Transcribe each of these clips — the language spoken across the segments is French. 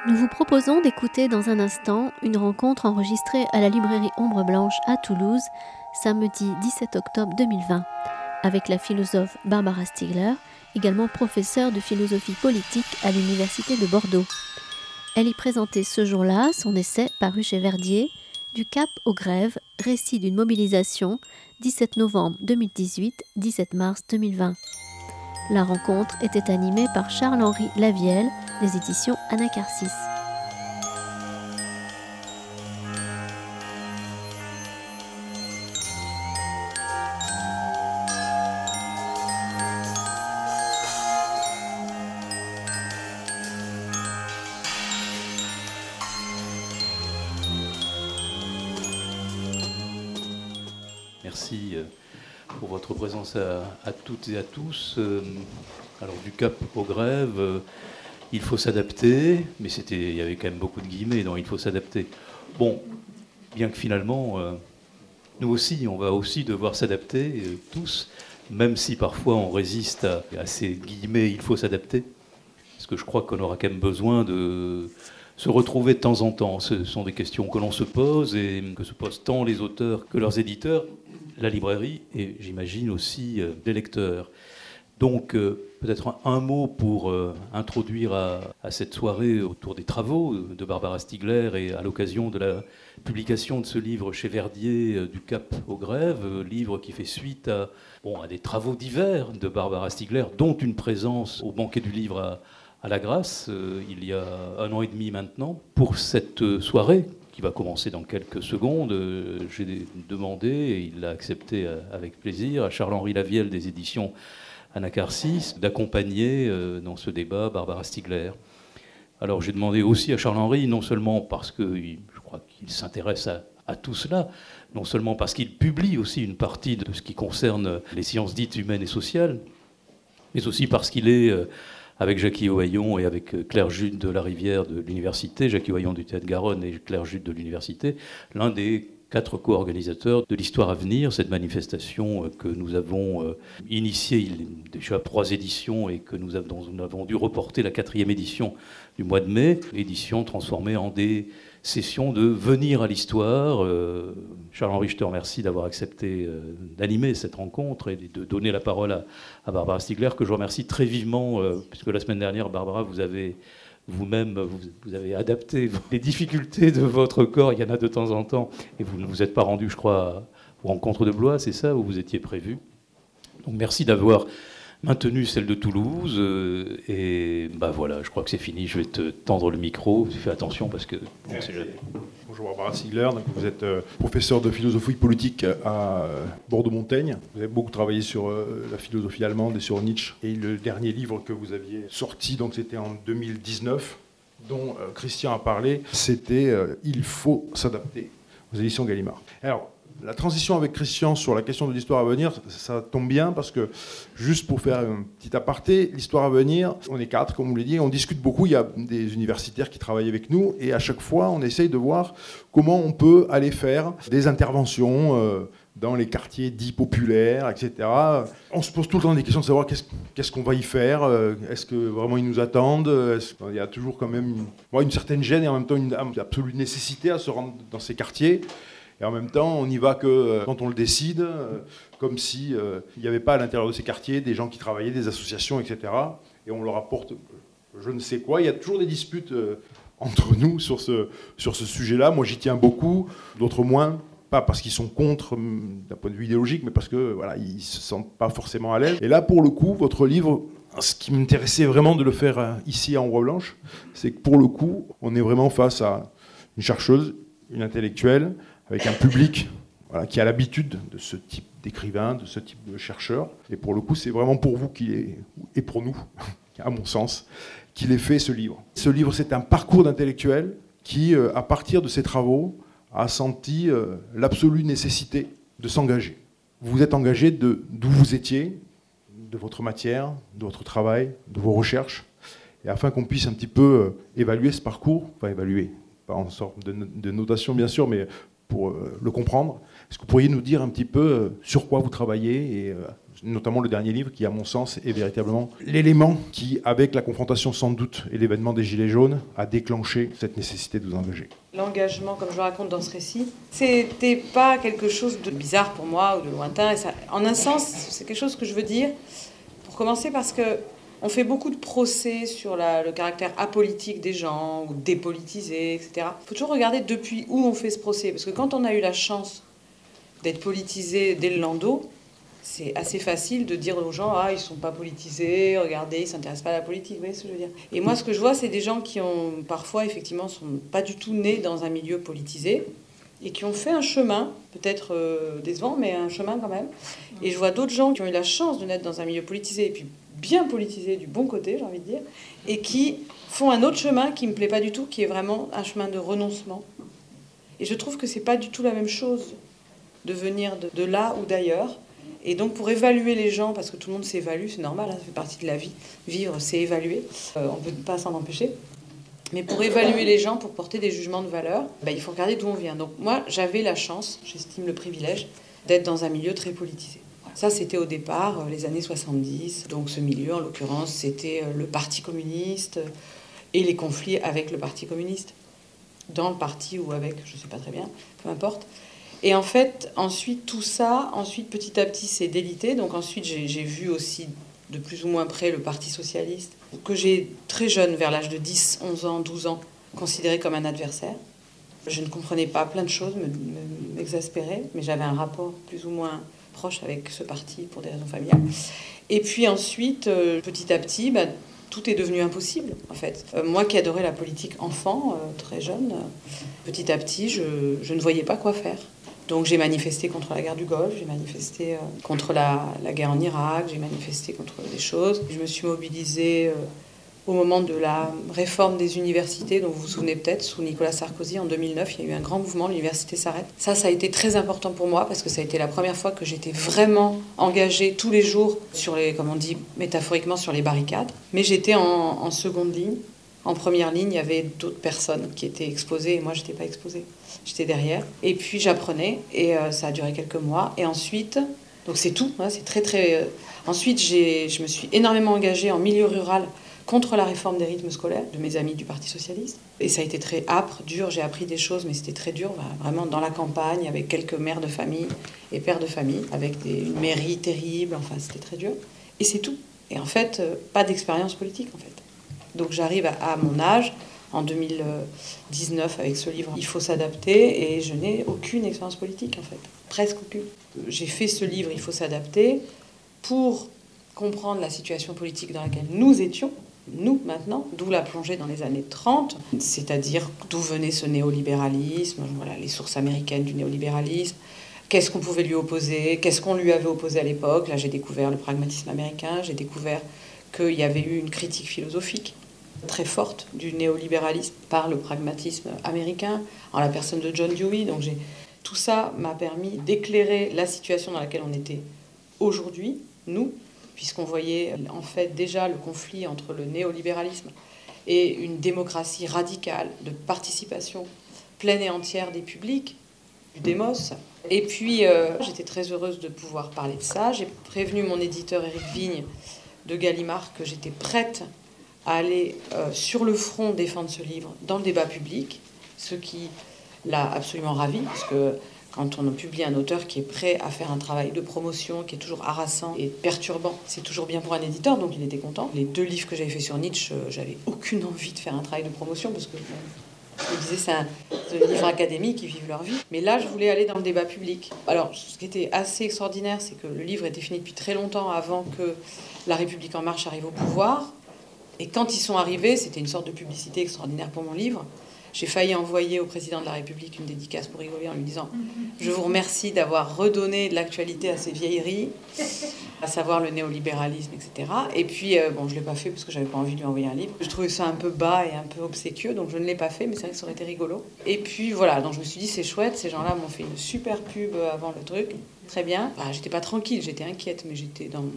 Nous vous proposons d'écouter dans un instant une rencontre enregistrée à la librairie Ombre Blanche à Toulouse, samedi 17 octobre 2020, avec la philosophe Barbara Stigler, également professeure de philosophie politique à l'Université de Bordeaux. Elle y présentait ce jour-là son essai paru chez Verdier, Du Cap aux grèves, récit d'une mobilisation, 17 novembre 2018, 17 mars 2020. La rencontre était animée par Charles-Henri Lavielle, des éditions Anacarsis. Merci pour votre présence à toutes et à tous. Alors, du Cap aux grèves, il faut s'adapter, mais il y avait quand même beaucoup de guillemets dans il faut s'adapter. Bon, bien que finalement, nous aussi, on va aussi devoir s'adapter, tous, même si parfois on résiste à ces guillemets il faut s'adapter, parce que je crois qu'on aura quand même besoin de se retrouver de temps en temps. Ce sont des questions que l'on se pose et que se posent tant les auteurs que leurs éditeurs, la librairie et j'imagine aussi les lecteurs. Donc peut-être un mot pour introduire à cette soirée autour des travaux de Barbara Stigler et à l'occasion de la publication de ce livre chez Verdier, Du Cap aux grèves, livre qui fait suite à des travaux divers de Barbara Stigler, dont une présence au banquet du livre à la Grâce, il y a 1 an et demi maintenant, pour cette soirée qui va commencer dans quelques secondes. J'ai demandé, et il l'a accepté avec plaisir, à Charles-Henri Lavielle des éditions Anacarsis d'accompagner dans ce débat Barbara Stigler. Alors j'ai demandé aussi à Charles-Henri, non seulement parce que je crois qu'il s'intéresse à tout cela, non seulement parce qu'il publie aussi une partie de ce qui concerne les sciences dites humaines et sociales, mais aussi parce qu'il est, avec Jackie Ohayon et avec Claire Jude de la Rivière de l'Université, Jackie Ohayon du Théâtre Garonne et Claire Jude de l'Université, l'un des 4 co-organisateurs de l'Histoire à venir, cette manifestation que nous avons initiée il y a déjà 3 éditions et dont nous avons dû reporter la 4e édition du mois de mai, édition transformée en des sessions de venir à l'histoire. Charles-Henri, je te remercie d'avoir accepté d'animer cette rencontre et de donner la parole à Barbara Stigler, que je remercie très vivement, puisque la semaine dernière, Barbara, vous avez adapté les difficultés de votre corps, il y en a de temps en temps, et vous ne vous êtes pas rendu, je crois, aux rencontres de Blois, c'est ça, où vous étiez prévu. Donc merci d'avoir maintenu celle de Toulouse, et voilà, je crois que c'est fini, je vais te tendre le micro, fais attention parce que... Bonjour Barbara Stigler, donc vous êtes professeur de philosophie politique à Bordeaux-Montaigne. Vous avez beaucoup travaillé sur la philosophie allemande et sur Nietzsche. Et le dernier livre que vous aviez sorti, donc c'était en 2019, dont Christian a parlé, c'était Il faut s'adapter, aux éditions Gallimard. Alors, la transition avec Christian sur la question de l'histoire à venir, ça tombe bien parce que, juste pour faire un petit aparté, l'histoire à venir, on est 4, comme vous l'avez dit, on discute beaucoup, il y a des universitaires qui travaillent avec nous, et à chaque fois, on essaye de voir comment on peut aller faire des interventions dans les quartiers dits populaires, etc. On se pose tout le temps des questions de savoir qu'est-ce qu'on va y faire, est-ce que vraiment ils nous attendent, il y a toujours quand même une certaine gêne et en même temps une absolue nécessité à se rendre dans ces quartiers. Et en même temps, on n'y va que quand on le décide, comme s'il n'y avait pas à l'intérieur de ces quartiers des gens qui travaillaient, des associations, etc. Et on leur apporte je ne sais quoi. Il y a toujours des disputes entre nous sur ce sujet-là. Moi, j'y tiens beaucoup, d'autres moins. Pas parce qu'ils sont contre d'un point de vue idéologique, mais parce que ils se sentent pas forcément à l'aise. Et là, pour le coup, votre livre, ce qui m'intéressait vraiment de le faire ici à Ombre Blanche, c'est que pour le coup, on est vraiment face à une chercheuse, une intellectuelle, avec un public qui a l'habitude de ce type d'écrivain, de ce type de chercheur. Et pour le coup, c'est vraiment pour vous et pour nous, à mon sens, qu'il ait fait ce livre. Ce livre, c'est un parcours d'intellectuel qui, à partir de ses travaux, a senti l'absolue nécessité de s'engager. Vous vous êtes engagé d'où vous étiez, de votre matière, de votre travail, de vos recherches, et afin qu'on puisse un petit peu évaluer ce parcours, pas en sorte de notation bien sûr, mais pour le comprendre. Est-ce que vous pourriez nous dire un petit peu sur quoi vous travaillez et notamment le dernier livre qui, à mon sens, est véritablement l'élément qui, avec la confrontation sans doute et l'événement des Gilets jaunes, a déclenché cette nécessité de vous engager. L'engagement, comme je le raconte dans ce récit, c'était pas quelque chose de bizarre pour moi ou de lointain. Et ça, en un sens, c'est quelque chose que je veux dire, pour commencer, parce que on fait beaucoup de procès sur le caractère apolitique des gens, ou dépolitisé, etc. Il faut toujours regarder depuis où on fait ce procès. Parce que quand on a eu la chance d'être politisé dès le landau, c'est assez facile de dire aux gens « Ah, ils ne sont pas politisés, regardez, ils ne s'intéressent pas à la politique. » Vous voyez ce que je veux dire ? Et moi, ce que je vois, c'est des gens qui ont parfois, effectivement, sont pas du tout nés dans un milieu politisé et qui ont fait un chemin, peut-être décevant, mais un chemin quand même. Et je vois d'autres gens qui ont eu la chance de naître dans un milieu politisé et puis bien politisé du bon côté, j'ai envie de dire, et qui font un autre chemin qui ne me plaît pas du tout, qui est vraiment un chemin de renoncement. Et je trouve que c'est pas du tout la même chose de venir de là ou d'ailleurs. Et donc pour évaluer les gens, parce que tout le monde s'évalue, c'est normal, hein, ça fait partie de la vie. Vivre, c'est évaluer, on ne peut pas s'en empêcher. Mais pour évaluer les gens, pour porter des jugements de valeur, il faut regarder d'où on vient. Donc moi, j'avais la chance, j'estime le privilège, d'être dans un milieu très politisé. Ça, c'était au départ, les années 70. Donc ce milieu, en l'occurrence, c'était le Parti communiste et les conflits avec le Parti communiste. Dans le parti ou avec, je ne sais pas très bien, peu importe. Et en fait, ensuite, tout ça, petit à petit, s'est délité. Donc ensuite, j'ai vu aussi de plus ou moins près le Parti socialiste, que j'ai très jeune, vers l'âge de 10, 11 ans, 12 ans, considéré comme un adversaire. Je ne comprenais pas plein de choses, m'exaspérais, mais j'avais un rapport plus ou moins proche avec ce parti pour des raisons familiales. Et puis ensuite, petit à petit, tout est devenu impossible, en fait. Moi qui adorais la politique enfant, très jeune, petit à petit, je ne voyais pas quoi faire. Donc j'ai manifesté contre la guerre du Golfe, j'ai manifesté contre la guerre en Irak, j'ai manifesté contre des choses. Je me suis mobilisée au moment de la réforme des universités, dont vous vous souvenez peut-être, sous Nicolas Sarkozy en 2009, il y a eu un grand mouvement, l'université s'arrête. Ça a été très important pour moi parce que ça a été la première fois que j'étais vraiment engagée tous les jours sur les, comme on dit métaphoriquement, sur les barricades. Mais j'étais en seconde ligne. En première ligne, il y avait d'autres personnes qui étaient exposées et moi, je n'étais pas exposée. J'étais derrière. Et puis, j'apprenais et ça a duré quelques mois. Et ensuite, donc c'est tout, hein, c'est très, très... Ensuite, je me suis énormément engagée en milieu rural contre la réforme des rythmes scolaires de mes amis du Parti socialiste. Et ça a été très âpre, dur. J'ai appris des choses, mais c'était très dur, vraiment dans la campagne, avec quelques mères de famille et pères de famille, avec une mairie terrible. Enfin, c'était très dur. Et c'est tout. Et en fait, pas d'expérience politique, en fait. Donc j'arrive à mon âge, en 2019, avec ce livre « Il faut s'adapter », et je n'ai aucune expérience politique, en fait. Presque aucune. J'ai fait ce livre « Il faut s'adapter » pour comprendre la situation politique dans laquelle nous étions, nous, maintenant, d'où la plongée dans les années 30, c'est-à-dire d'où venait ce néolibéralisme, voilà, les sources américaines du néolibéralisme, qu'est-ce qu'on pouvait lui opposer, qu'est-ce qu'on lui avait opposé à l'époque. Là, j'ai découvert le pragmatisme américain, j'ai découvert qu'il y avait eu une critique philosophique très forte du néolibéralisme par le pragmatisme américain, en la personne de John Dewey. Donc tout ça m'a permis d'éclairer la situation dans laquelle on était aujourd'hui, nous, puisqu'on voyait en fait déjà le conflit entre le néolibéralisme et une démocratie radicale de participation pleine et entière des publics, du démos. Et puis, j'étais très heureuse de pouvoir parler de ça. J'ai prévenu mon éditeur Éric Vigne de Gallimard que j'étais prête à aller sur le front défendre ce livre dans le débat public, ce qui l'a absolument ravi, parce que quand on publie un auteur qui est prêt à faire un travail de promotion, qui est toujours harassant et perturbant, c'est toujours bien pour un éditeur, donc il était content. Les 2 livres que j'avais fait sur Nietzsche, j'avais aucune envie de faire un travail de promotion, parce que je me disais, c'est un livre académique, ils vivent leur vie. Mais là, je voulais aller dans le débat public. Alors, ce qui était assez extraordinaire, c'est que le livre était fini depuis très longtemps avant que La République En Marche arrive au pouvoir. Et quand ils sont arrivés, c'était une sorte de publicité extraordinaire pour mon livre. J'ai failli envoyer au président de la République une dédicace pour rigoler en lui disant « Je vous remercie d'avoir redonné de l'actualité à ces vieilleries, à savoir le néolibéralisme, etc. » Et puis, bon, je ne l'ai pas fait parce que je n'avais pas envie de lui envoyer un livre. Je trouvais ça un peu bas et un peu obséquieux, donc je ne l'ai pas fait, mais c'est vrai que ça aurait été rigolo. Et puis, voilà, donc je me suis dit « C'est chouette, ces gens-là m'ont fait une super pub avant le truc. Très bien. » Enfin, j'étais pas tranquille, j'étais inquiète, mais j'étais dans...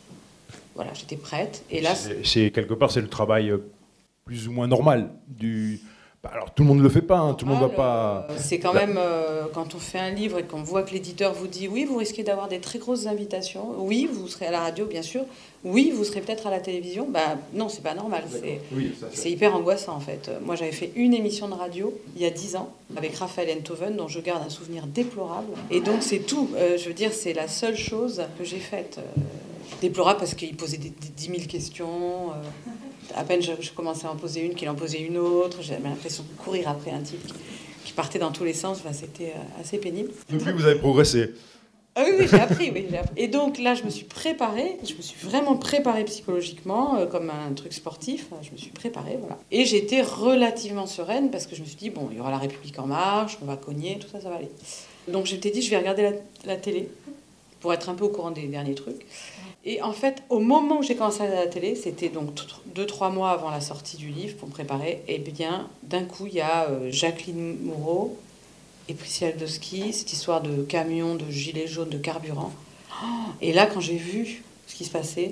Voilà, j'étais prête. Et là, c'est quelque part, c'est le travail plus ou moins normal du Alors tout le monde ne le fait pas, tout le monde ne va pas... C'est quand même, quand on fait un livre et qu'on voit que l'éditeur vous dit « Oui, vous risquez d'avoir des très grosses invitations. Oui, vous serez à la radio, bien sûr. Oui, vous serez peut-être à la télévision. » Non, c'est pas normal. C'est hyper angoissant, en fait. Moi, j'avais fait une émission de radio il y a 10 ans avec Raphaël Enthoven, dont je garde un souvenir déplorable. Et donc, c'est tout. Je veux dire, c'est la seule chose que j'ai faite. Déplorable parce qu'il posait des 10 000 questions... À peine je commençais à en poser une, qu'il en posait une autre. J'avais l'impression de courir après un type qui partait dans tous les sens. C'était assez pénible. Depuis, vous avez progressé. Ah oui, j'ai appris. Et donc là, je me suis vraiment préparée psychologiquement, comme un truc sportif. Je me suis préparée, voilà. Et j'étais relativement sereine parce que je me suis dit, bon, il y aura La République En Marche, on va cogner, tout ça, ça va aller. Donc je m'étais dit, je vais regarder la télé pour être un peu au courant des derniers trucs. Et en fait, au moment où j'ai commencé à regarder la télé, c'était donc 2-3 mois avant la sortie du livre pour me préparer, et bien d'un coup, il y a Jacqueline Moreau et Priscilla Aldowski, cette histoire de camion, de gilets jaunes, de carburant. Et là, quand j'ai vu ce qui se passait,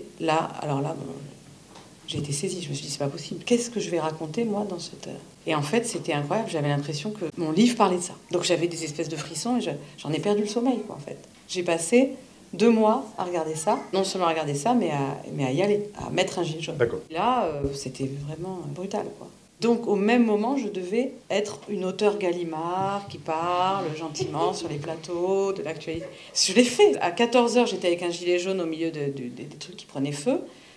j'ai été saisie. Je me suis dit, c'est pas possible. Qu'est-ce que je vais raconter, moi, dans cette... Et en fait, c'était incroyable. J'avais l'impression que mon livre parlait de ça. Donc j'avais des espèces de frissons et j'en ai perdu le sommeil, quoi, en fait. J'ai passé 2 mois à regarder ça, non seulement à regarder ça, mais à y aller, à mettre un gilet jaune. D'accord. Là, c'était vraiment brutal, quoi. Donc, au même moment, je devais être une auteure Gallimard qui parle gentiment sur les plateaux de l'actualité. Je l'ai fait. À 14h, j'étais avec un gilet jaune au milieu des trucs qui prenaient feu.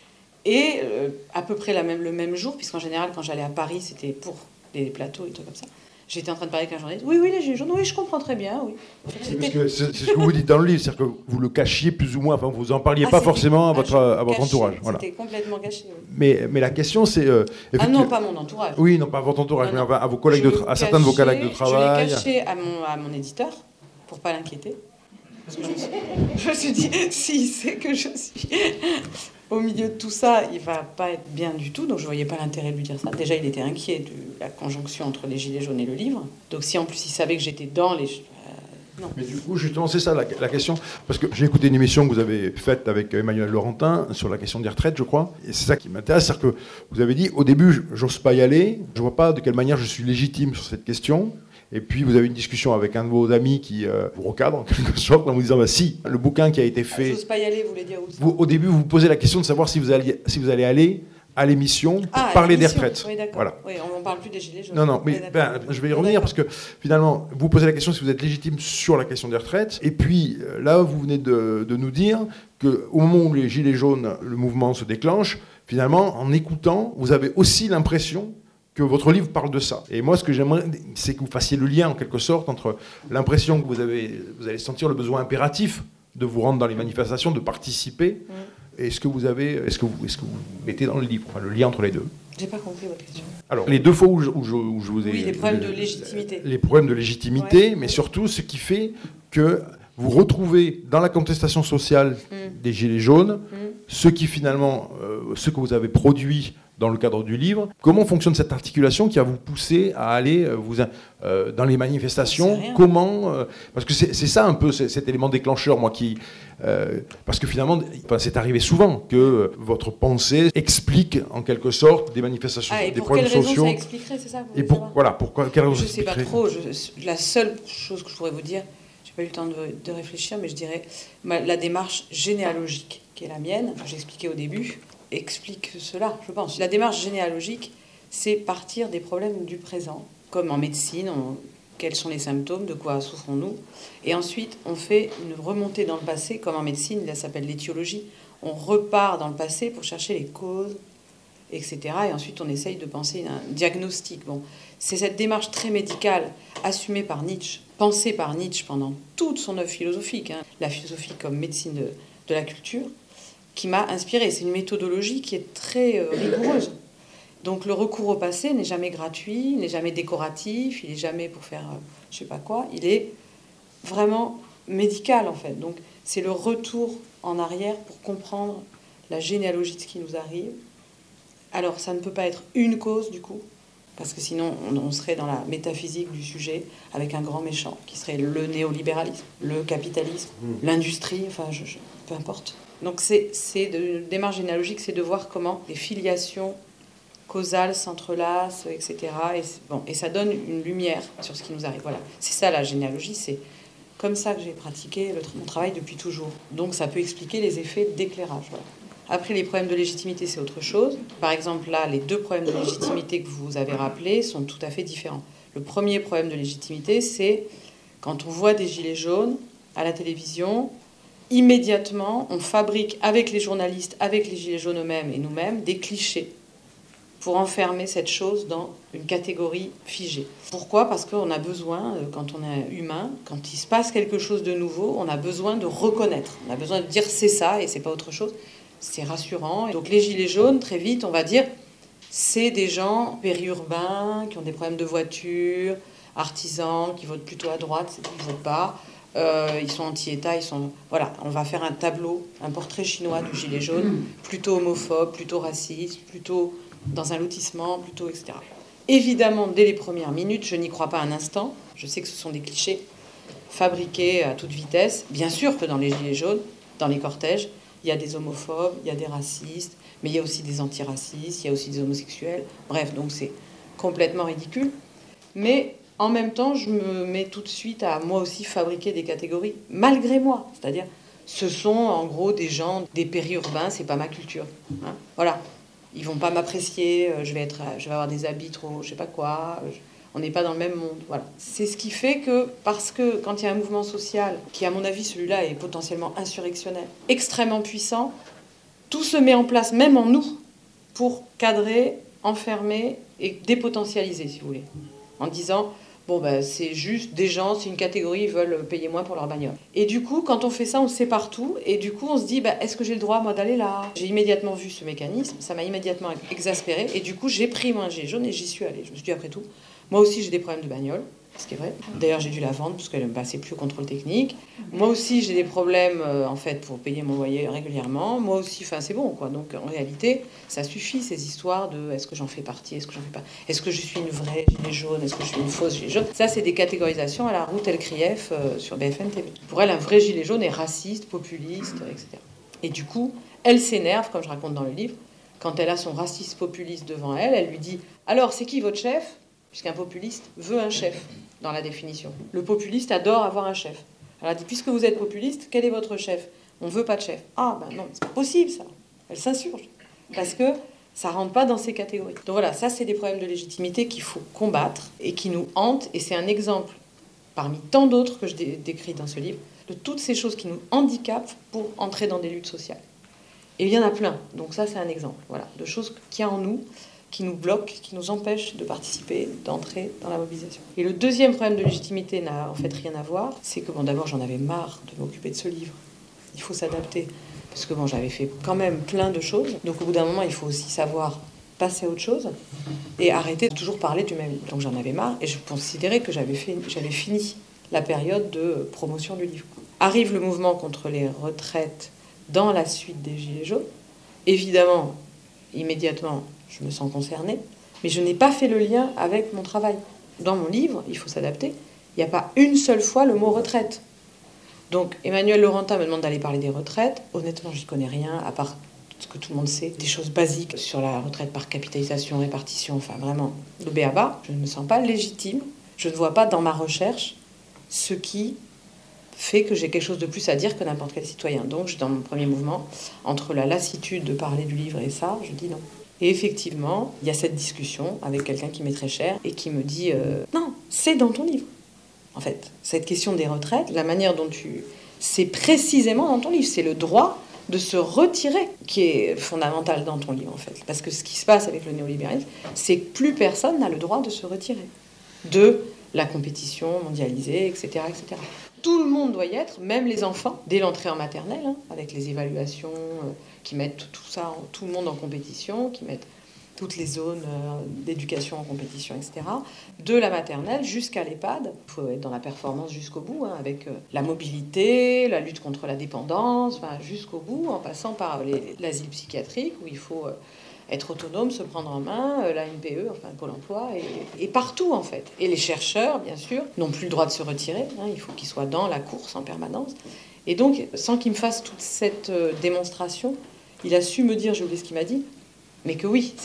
Et à peu près le même jour, puisqu'en général, quand j'allais à Paris, c'était pour des plateaux et des trucs comme ça. J'étais en train de parler avec un journaliste. Oui, les gilets jaunes, oui, je comprends très bien, oui. C'est ce que vous dites dans le livre, c'est-à-dire que vous le cachiez plus ou moins, enfin, vous n'en parliez pas forcément à votre entourage. Voilà. C'était complètement caché. Oui. Mais la question, c'est... non, pas mon entourage. Oui, non, pas votre entourage, mais à vos collègues à certains de vos collègues de travail. Je l'ai caché à mon éditeur, pour ne pas l'inquiéter. Parce que je me suis dit, s'il sait que je suis au milieu de tout ça, il va pas être bien du tout. Donc je voyais pas l'intérêt de lui dire ça. Déjà, il était inquiet de la conjonction entre les gilets jaunes et le livre. Donc si en plus il savait que j'étais dans les... non. Mais du coup, justement, c'est ça la question. Parce que j'ai écouté une émission que vous avez faite avec Emmanuel Laurentin sur la question des retraites, je crois. Et c'est ça qui m'intéresse. C'est-à-dire que vous avez dit, au début, j'ose pas y aller. Je vois pas de quelle manière je suis légitime sur cette question. Et puis vous avez une discussion avec un de vos amis qui vous recadre en quelque sorte en vous disant si, le bouquin qui a été fait... J'ose pas y aller, vous voulez dire où? Au début, vous vous posez la question de savoir si vous allez aller à l'émission pour parler des retraites. Oui, d'accord. Voilà. Oui, on ne parle plus des gilets jaunes. Non, mais je vais y revenir parce que finalement, vous posez la question si vous êtes légitime sur la question des retraites. Et puis là, vous venez de nous dire qu'au moment où les gilets jaunes, le mouvement se déclenche, finalement, en écoutant, vous avez aussi l'impression que votre livre parle de ça. Et moi, ce que j'aimerais, c'est que vous fassiez le lien, en quelque sorte, entre l'impression que vous allez sentir le besoin impératif de vous rendre dans les manifestations, de participer, et ce que vous mettez dans le livre, enfin, le lien entre les deux. J'ai pas compris votre question. Alors, les 2 fois où je vous ai... Oui, les problèmes de légitimité. Les problèmes de légitimité, ouais. Mais surtout ce qui fait que vous retrouvez dans la contestation sociale des Gilets jaunes ce qui finalement, ce que vous avez produit dans le cadre du livre. Comment fonctionne cette articulation qui va vous pousser à aller dans les manifestations? Comment parce que c'est ça un peu cet élément déclencheur, moi, qui... parce que finalement, c'est arrivé souvent que votre pensée explique en quelque sorte des manifestations, des problèmes sociaux. Et pour quelle raison ça expliquerait, c'est ça? Et pourquoi quelle raison je ne sais pas trop. La seule chose que je pourrais vous dire, j'ai pas eu le temps de réfléchir, mais je dirais la démarche généalogique qui est la mienne, que j'expliquais au début, explique cela, je pense. La démarche généalogique, c'est partir des problèmes du présent, comme en médecine, quels sont les symptômes, de quoi souffrons-nous, et ensuite on fait une remontée dans le passé, comme en médecine, ça s'appelle l'étiologie. On repart dans le passé pour chercher les causes, etc. Et ensuite on essaye de penser un diagnostic. Bon, c'est cette démarche très médicale, assumée par Nietzsche, pensée par Nietzsche pendant toute son œuvre philosophique, la philosophie comme médecine de la culture, qui m'a inspirée. C'est une méthodologie qui est très rigoureuse. Donc le recours au passé n'est jamais gratuit, n'est jamais décoratif, il n'est jamais pour faire je ne sais pas quoi, il est vraiment médical en fait. Donc c'est le retour en arrière pour comprendre la généalogie de ce qui nous arrive. Alors ça ne peut pas être une cause du coup, parce que sinon on serait dans la métaphysique du sujet avec un grand méchant qui serait le néolibéralisme, le capitalisme, l'industrie, enfin peu importe. Donc c'est de démarche généalogique, c'est de voir comment les filiations causales s'entrelacent, etc. Et ça donne une lumière sur ce qui nous arrive. Voilà. C'est ça la généalogie, c'est comme ça que j'ai pratiqué mon travail depuis toujours. Donc ça peut expliquer les effets d'éclairage. Voilà. Après, les problèmes de légitimité, c'est autre chose. Par exemple, là, les 2 problèmes de légitimité que vous avez rappelés sont tout à fait différents. Le premier problème de légitimité, c'est quand on voit des gilets jaunes à la télévision, immédiatement, on fabrique avec les journalistes, avec les gilets jaunes eux-mêmes et nous-mêmes, des clichés pour enfermer cette chose dans une catégorie figée. Pourquoi ? Parce qu'on a besoin, quand on est humain, quand il se passe quelque chose de nouveau, on a besoin de reconnaître. On a besoin de dire c'est ça et c'est pas autre chose. C'est rassurant. Et donc les gilets jaunes, très vite, on va dire, c'est des gens périurbains qui ont des problèmes de voiture, artisans, qui votent plutôt à droite, c'est qu'ils ne votent pas. Ils sont anti-État, Voilà, on va faire un tableau, un portrait chinois du gilet jaune, plutôt homophobe, plutôt raciste, plutôt dans un lotissement, plutôt, etc. Évidemment, dès les premières minutes, je n'y crois pas un instant. Je sais que ce sont des clichés fabriqués à toute vitesse. Bien sûr que dans les gilets jaunes, dans les cortèges, il y a des homophobes, il y a des racistes, mais il y a aussi des antiracistes, il y a aussi des homosexuels. Bref, donc c'est complètement ridicule. Mais en même temps, je me mets tout de suite à moi aussi fabriquer des catégories, malgré moi. C'est-à-dire, ce sont en gros des gens, des périurbains, c'est pas ma culture. Hein, voilà. Ils vont pas m'apprécier, je vais avoir des habits trop, je sais pas quoi. On n'est pas dans le même monde. Voilà. C'est ce qui fait que, parce que quand il y a un mouvement social, qui à mon avis, celui-là est potentiellement insurrectionnel, extrêmement puissant, tout se met en place, même en nous, pour cadrer, enfermer et dépotentialiser, si vous voulez. En disant, bon, ben, c'est juste des gens, c'est une catégorie, ils veulent payer moins pour leur bagnole. Et du coup, quand on fait ça, on sépare tout. Et du coup, on se dit, ben, est-ce que j'ai le droit, moi, d'aller là ? J'ai immédiatement vu ce mécanisme, ça m'a immédiatement exaspérée. Et du coup, j'ai pris mon gilet jaune et j'y suis allée. Je me suis dit, après tout, moi aussi, j'ai des problèmes de bagnole, ce qui est vrai. D'ailleurs, j'ai dû la vendre parce qu'elle ne me passait plus au contrôle technique. Moi aussi, j'ai des problèmes, en fait, pour payer mon loyer régulièrement. Moi aussi, enfin, c'est bon, quoi. Donc, en réalité, ça suffit, ces histoires de est-ce que j'en fais partie, est-ce que j'en fais pas, est-ce que je suis une vraie gilet jaune, est-ce que je suis une fausse gilet jaune. Ça, c'est des catégorisations à la Ruth Elkrief sur BFM TV. Pour elle, un vrai gilet jaune est raciste, populiste, etc. Et du coup, elle s'énerve, comme je raconte dans le livre, quand elle a son raciste populiste devant elle, elle lui dit « Alors, c'est qui votre chef ?» Puisqu'un populiste veut un chef, dans la définition. Le populiste adore avoir un chef. Alors elle dit, puisque vous êtes populiste, quel est votre chef ? On ne veut pas de chef. Ah, ben non, c'est pas possible, ça. Elle s'insurge. Parce que ça ne rentre pas dans ces catégories. Donc voilà, ça, c'est des problèmes de légitimité qu'il faut combattre et qui nous hantent. Et c'est un exemple, parmi tant d'autres que je décris dans ce livre, de toutes ces choses qui nous handicapent pour entrer dans des luttes sociales. Et il y en a plein. Donc ça, c'est un exemple, voilà, de choses qu'il y a en nous, qui nous bloquent, qui nous empêchent de participer, d'entrer dans la mobilisation. Et le deuxième problème de légitimité n'a en fait rien à voir. C'est que, bon, d'abord, j'en avais marre de m'occuper de ce livre. Il faut s'adapter. Parce que, bon, j'avais fait quand même plein de choses. Donc, au bout d'un moment, il faut aussi savoir passer à autre chose et arrêter de toujours parler du même livre. Donc, j'en avais marre et je considérais que j'avais fini la période de promotion du livre. Arrive le mouvement contre les retraites dans la suite des Gilets jaunes. Évidemment, immédiatement, je me sens concernée, mais je n'ai pas fait le lien avec mon travail. Dans mon livre, il faut s'adapter, il n'y a pas une seule fois le mot retraite. Donc Emmanuel Laurentin me demande d'aller parler des retraites. Honnêtement, je n'y connais rien, à part ce que tout le monde sait, des choses basiques sur la retraite par capitalisation, répartition, enfin vraiment, le b.a.-ba. Je ne me sens pas légitime, je ne vois pas dans ma recherche ce qui fait que j'ai quelque chose de plus à dire que n'importe quel citoyen. Donc, dans mon premier mouvement, entre la lassitude de parler du livre et ça, je dis non. Et effectivement, il y a cette discussion avec quelqu'un qui m'est très cher et qui me dit non, c'est dans ton livre. En fait, cette question des retraites, la manière dont c'est précisément dans ton livre. C'est le droit de se retirer qui est fondamental dans ton livre, en fait. Parce que ce qui se passe avec le néolibéralisme, c'est que plus personne n'a le droit de se retirer de la compétition mondialisée, etc., etc. Tout le monde doit y être, même les enfants, dès l'entrée en maternelle, hein, avec les évaluations qui mettent tout ça, tout le monde en compétition, qui mettent toutes les zones d'éducation en compétition, etc. De la maternelle jusqu'à l'EHPAD. Il faut être dans la performance jusqu'au bout, hein, avec la mobilité, la lutte contre la dépendance, enfin, jusqu'au bout, en passant par l'asile psychiatrique, où il faut être autonome, se prendre en main, la NPE, enfin Pôle emploi, et partout en fait. Et les chercheurs, bien sûr, n'ont plus le droit de se retirer, hein, il faut qu'ils soient dans la course en permanence. Et donc, sans qu'il me fasse toute cette démonstration, il a su me dire, j'ai oublié ce qu'il m'a dit, mais que oui, c'était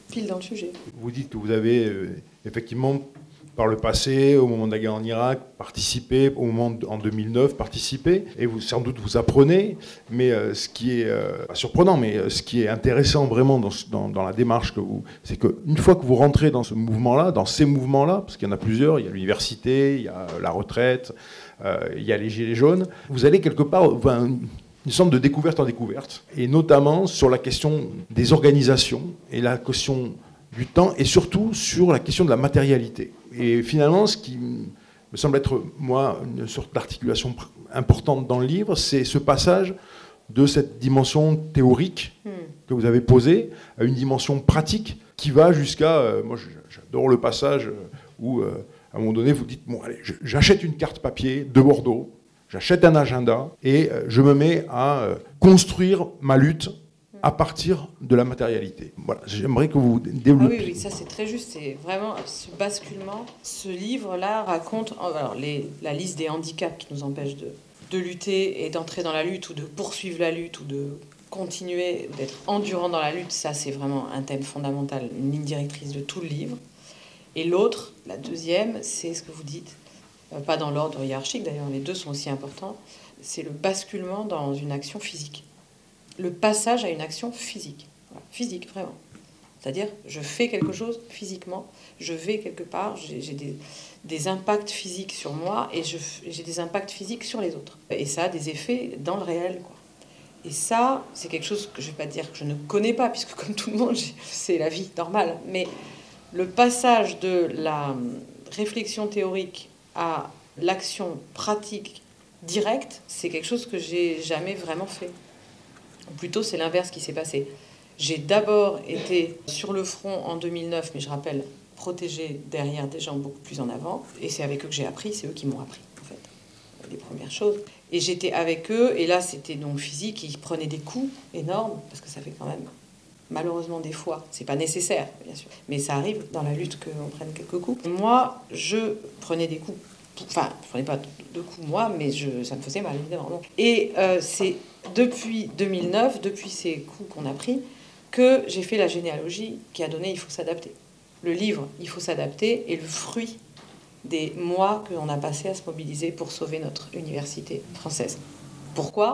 pile dans le sujet. Vous dites que vous avez effectivement, par le passé, au moment de la guerre en Irak, participé, au moment en 2009, participé, et vous, sans doute vous apprenez, mais ce qui est pas surprenant, mais ce qui est intéressant vraiment dans la démarche que vous, c'est qu'une fois que vous rentrez dans ce mouvement-là, dans ces mouvements-là, parce qu'il y en a plusieurs, il y a l'université, il y a la retraite, il y a les gilets jaunes, vous allez quelque part, une sorte de découverte en découverte, et notamment sur la question des organisations et la question du temps, et surtout sur la question de la matérialité. Et finalement, ce qui me semble être, moi, une sorte d'articulation importante dans le livre, c'est ce passage de cette dimension théorique que vous avez posée à une dimension pratique qui va jusqu'à... moi, j'adore le passage où, à un moment donné, vous dites, bon, allez, j'achète une carte papier de Bordeaux, j'achète un agenda et je me mets à construire ma lutte à partir de la matérialité. Voilà, j'aimerais que vous développiez. Ah oui, ça c'est très juste, c'est vraiment ce basculement. Ce livre-là raconte alors, la liste des handicaps qui nous empêchent de lutter et d'entrer dans la lutte, ou de poursuivre la lutte, ou de continuer, d'être endurant dans la lutte. Ça, c'est vraiment un thème fondamental, une ligne directrice de tout le livre. Et l'autre, la deuxième, c'est ce que vous dites, pas dans l'ordre hiérarchique d'ailleurs, les deux sont aussi importants, c'est le basculement dans une action physique. Le passage à une action physique. Voilà, physique, vraiment. C'est-à-dire, je fais quelque chose physiquement, je vais quelque part, j'ai des impacts physiques sur moi et j'ai des impacts physiques sur les autres. Et ça a des effets dans le réel, quoi. Et ça, c'est quelque chose que je ne vais pas dire que je ne connais pas, puisque comme tout le monde, c'est la vie normale. Mais le passage de la réflexion théorique à l'action pratique directe, c'est quelque chose que j'ai jamais vraiment fait. Plutôt, c'est l'inverse qui s'est passé. J'ai d'abord été sur le front en 2009, mais je rappelle, protégée derrière des gens beaucoup plus en avant. Et c'est avec eux que j'ai appris, c'est eux qui m'ont appris, en fait, les premières choses. Et j'étais avec eux, et là, c'était donc physique, ils prenaient des coups énormes, parce que ça fait quand même, malheureusement, des fois, c'est pas nécessaire, bien sûr, mais ça arrive dans la lutte qu'on prenne quelques coups. Moi, je prenais des coups. Enfin, je prenais pas de coups, moi, mais ça me faisait mal, évidemment. Donc. Et c'est depuis 2009, depuis ces coups qu'on a pris, que j'ai fait la généalogie qui a donné « Il faut s'adapter ». Le livre « Il faut s'adapter » est le fruit des mois que l'on a passé à se mobiliser pour sauver notre université française. Pourquoi ?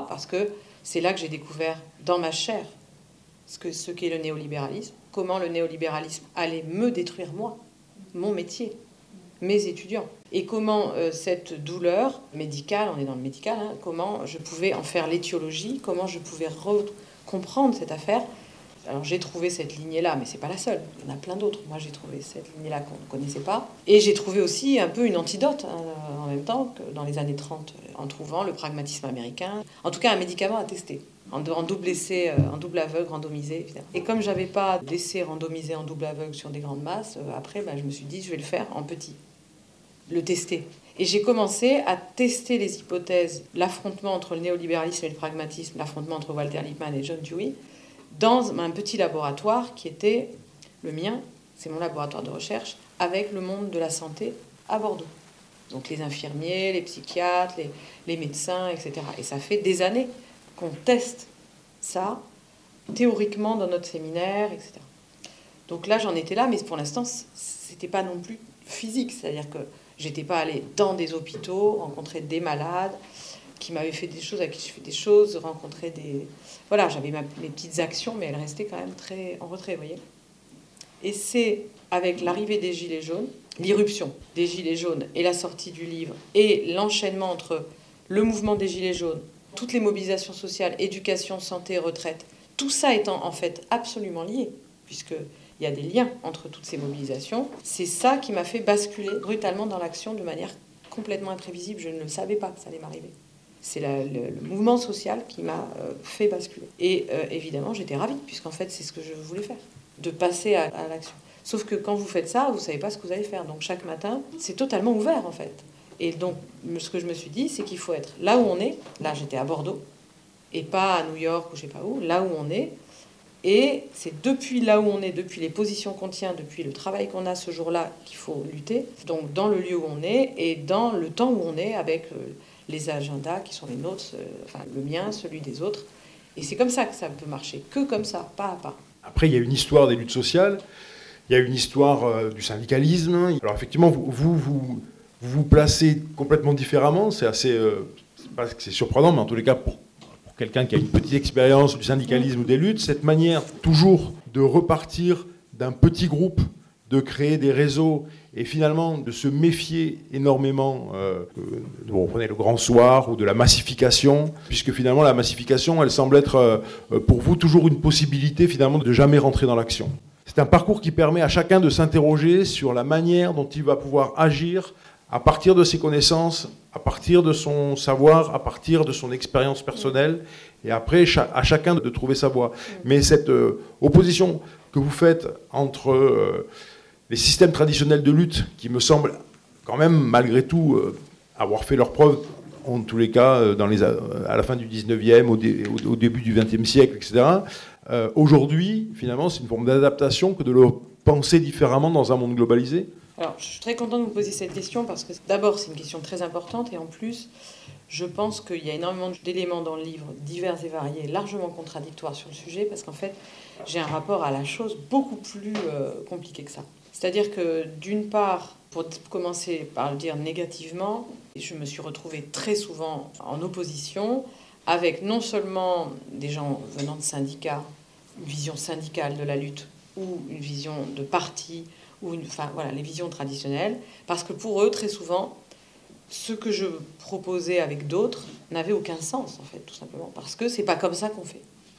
Parce que c'est là que j'ai découvert dans ma chair ce qu'est le néolibéralisme, comment le néolibéralisme allait me détruire moi, mon métier, mes étudiants. Et comment cette douleur médicale, on est dans le médical, hein, comment je pouvais en faire l'étiologie, comment je pouvais comprendre cette affaire. Alors j'ai trouvé cette lignée-là, mais c'est pas la seule, il y en a plein d'autres. Moi j'ai trouvé cette lignée-là qu'on ne connaissait pas. Et j'ai trouvé aussi un peu une antidote, hein, en même temps, que dans les années 30, en trouvant le pragmatisme américain. En tout cas un médicament à tester, en double essai, en double aveugle, randomisé, évidemment. Et comme j'avais pas d'essai randomisé en double aveugle sur des grandes masses, après je me suis dit je vais le faire en petit. Le tester. Et j'ai commencé à tester les hypothèses, l'affrontement entre le néolibéralisme et le pragmatisme, l'affrontement entre Walter Lippmann et John Dewey, dans un petit laboratoire qui était le mien, c'est mon laboratoire de recherche, avec le monde de la santé à Bordeaux. Donc les infirmiers, les psychiatres, les médecins, etc. Et ça fait des années qu'on teste ça théoriquement dans notre séminaire, etc. Donc là, j'en étais là, mais pour l'instant, c'était pas non plus physique, c'est-à-dire que j'étais pas allée dans des hôpitaux, rencontrer des malades qui m'avaient fait des choses, à qui je fais des choses, rencontrer des... Voilà, j'avais mes petites actions, mais elles restaient quand même très en retrait, vous voyez. Et c'est avec l'arrivée des Gilets jaunes, l'irruption des Gilets jaunes et la sortie du livre, et l'enchaînement entre le mouvement des Gilets jaunes, toutes les mobilisations sociales, éducation, santé, retraite, tout ça étant en fait absolument lié, puisque... il y a des liens entre toutes ces mobilisations. C'est ça qui m'a fait basculer brutalement dans l'action de manière complètement imprévisible. Je ne le savais pas que ça allait m'arriver. C'est le mouvement social qui m'a fait basculer. Et évidemment, j'étais ravie, puisqu'en fait, c'est ce que je voulais faire, de passer à l'action. Sauf que quand vous faites ça, vous ne savez pas ce que vous allez faire. Donc chaque matin, c'est totalement ouvert, en fait. Et donc, ce que je me suis dit, c'est qu'il faut être là où on est. Là, j'étais à Bordeaux, et pas à New York ou je ne sais pas où. Là où on est. Et c'est depuis là où on est, depuis les positions qu'on tient, depuis le travail qu'on a ce jour-là qu'il faut lutter. Donc dans le lieu où on est et dans le temps où on est avec les agendas qui sont les nôtres, enfin le mien, celui des autres. Et c'est comme ça que ça peut marcher, que comme ça, pas à pas. Après, il y a une histoire des luttes sociales, il y a une histoire du syndicalisme. Alors effectivement, vous placez complètement différemment. C'est assez, c'est pas que c'est surprenant, mais en tous les cas, pour quelqu'un qui a une petite expérience du syndicalisme ou des luttes, cette manière toujours de repartir d'un petit groupe, de créer des réseaux et finalement de se méfier énormément, vous prenez le grand soir ou de la massification, puisque finalement la massification, elle semble être pour vous toujours une possibilité finalement de jamais rentrer dans l'action. C'est un parcours qui permet à chacun de s'interroger sur la manière dont il va pouvoir agir à partir de ses connaissances, à partir de son savoir, à partir de son expérience personnelle, et après à chacun de trouver sa voie. Mais cette opposition que vous faites entre les systèmes traditionnels de lutte, qui me semblent quand même, malgré tout, avoir fait leurs preuves, en tous les cas, à la fin du 19e, au début du 20e siècle, etc., aujourd'hui, finalement, c'est une forme d'adaptation que de le penser différemment dans un monde globalisé. Alors, je suis très contente de vous poser cette question parce que d'abord, c'est une question très importante et en plus, je pense qu'il y a énormément d'éléments dans le livre, divers et variés, largement contradictoires sur le sujet parce qu'en fait, j'ai un rapport à la chose beaucoup plus compliqué que ça. C'est-à-dire que d'une part, pour commencer par le dire négativement, je me suis retrouvée très souvent en opposition avec non seulement des gens venant de syndicats, une vision syndicale de la lutte ou une vision de parti, enfin voilà, les visions traditionnelles, parce que pour eux, très souvent, ce que je proposais avec d'autres n'avait aucun sens, en fait, tout simplement, parce que c'est pas comme ça qu'on fait.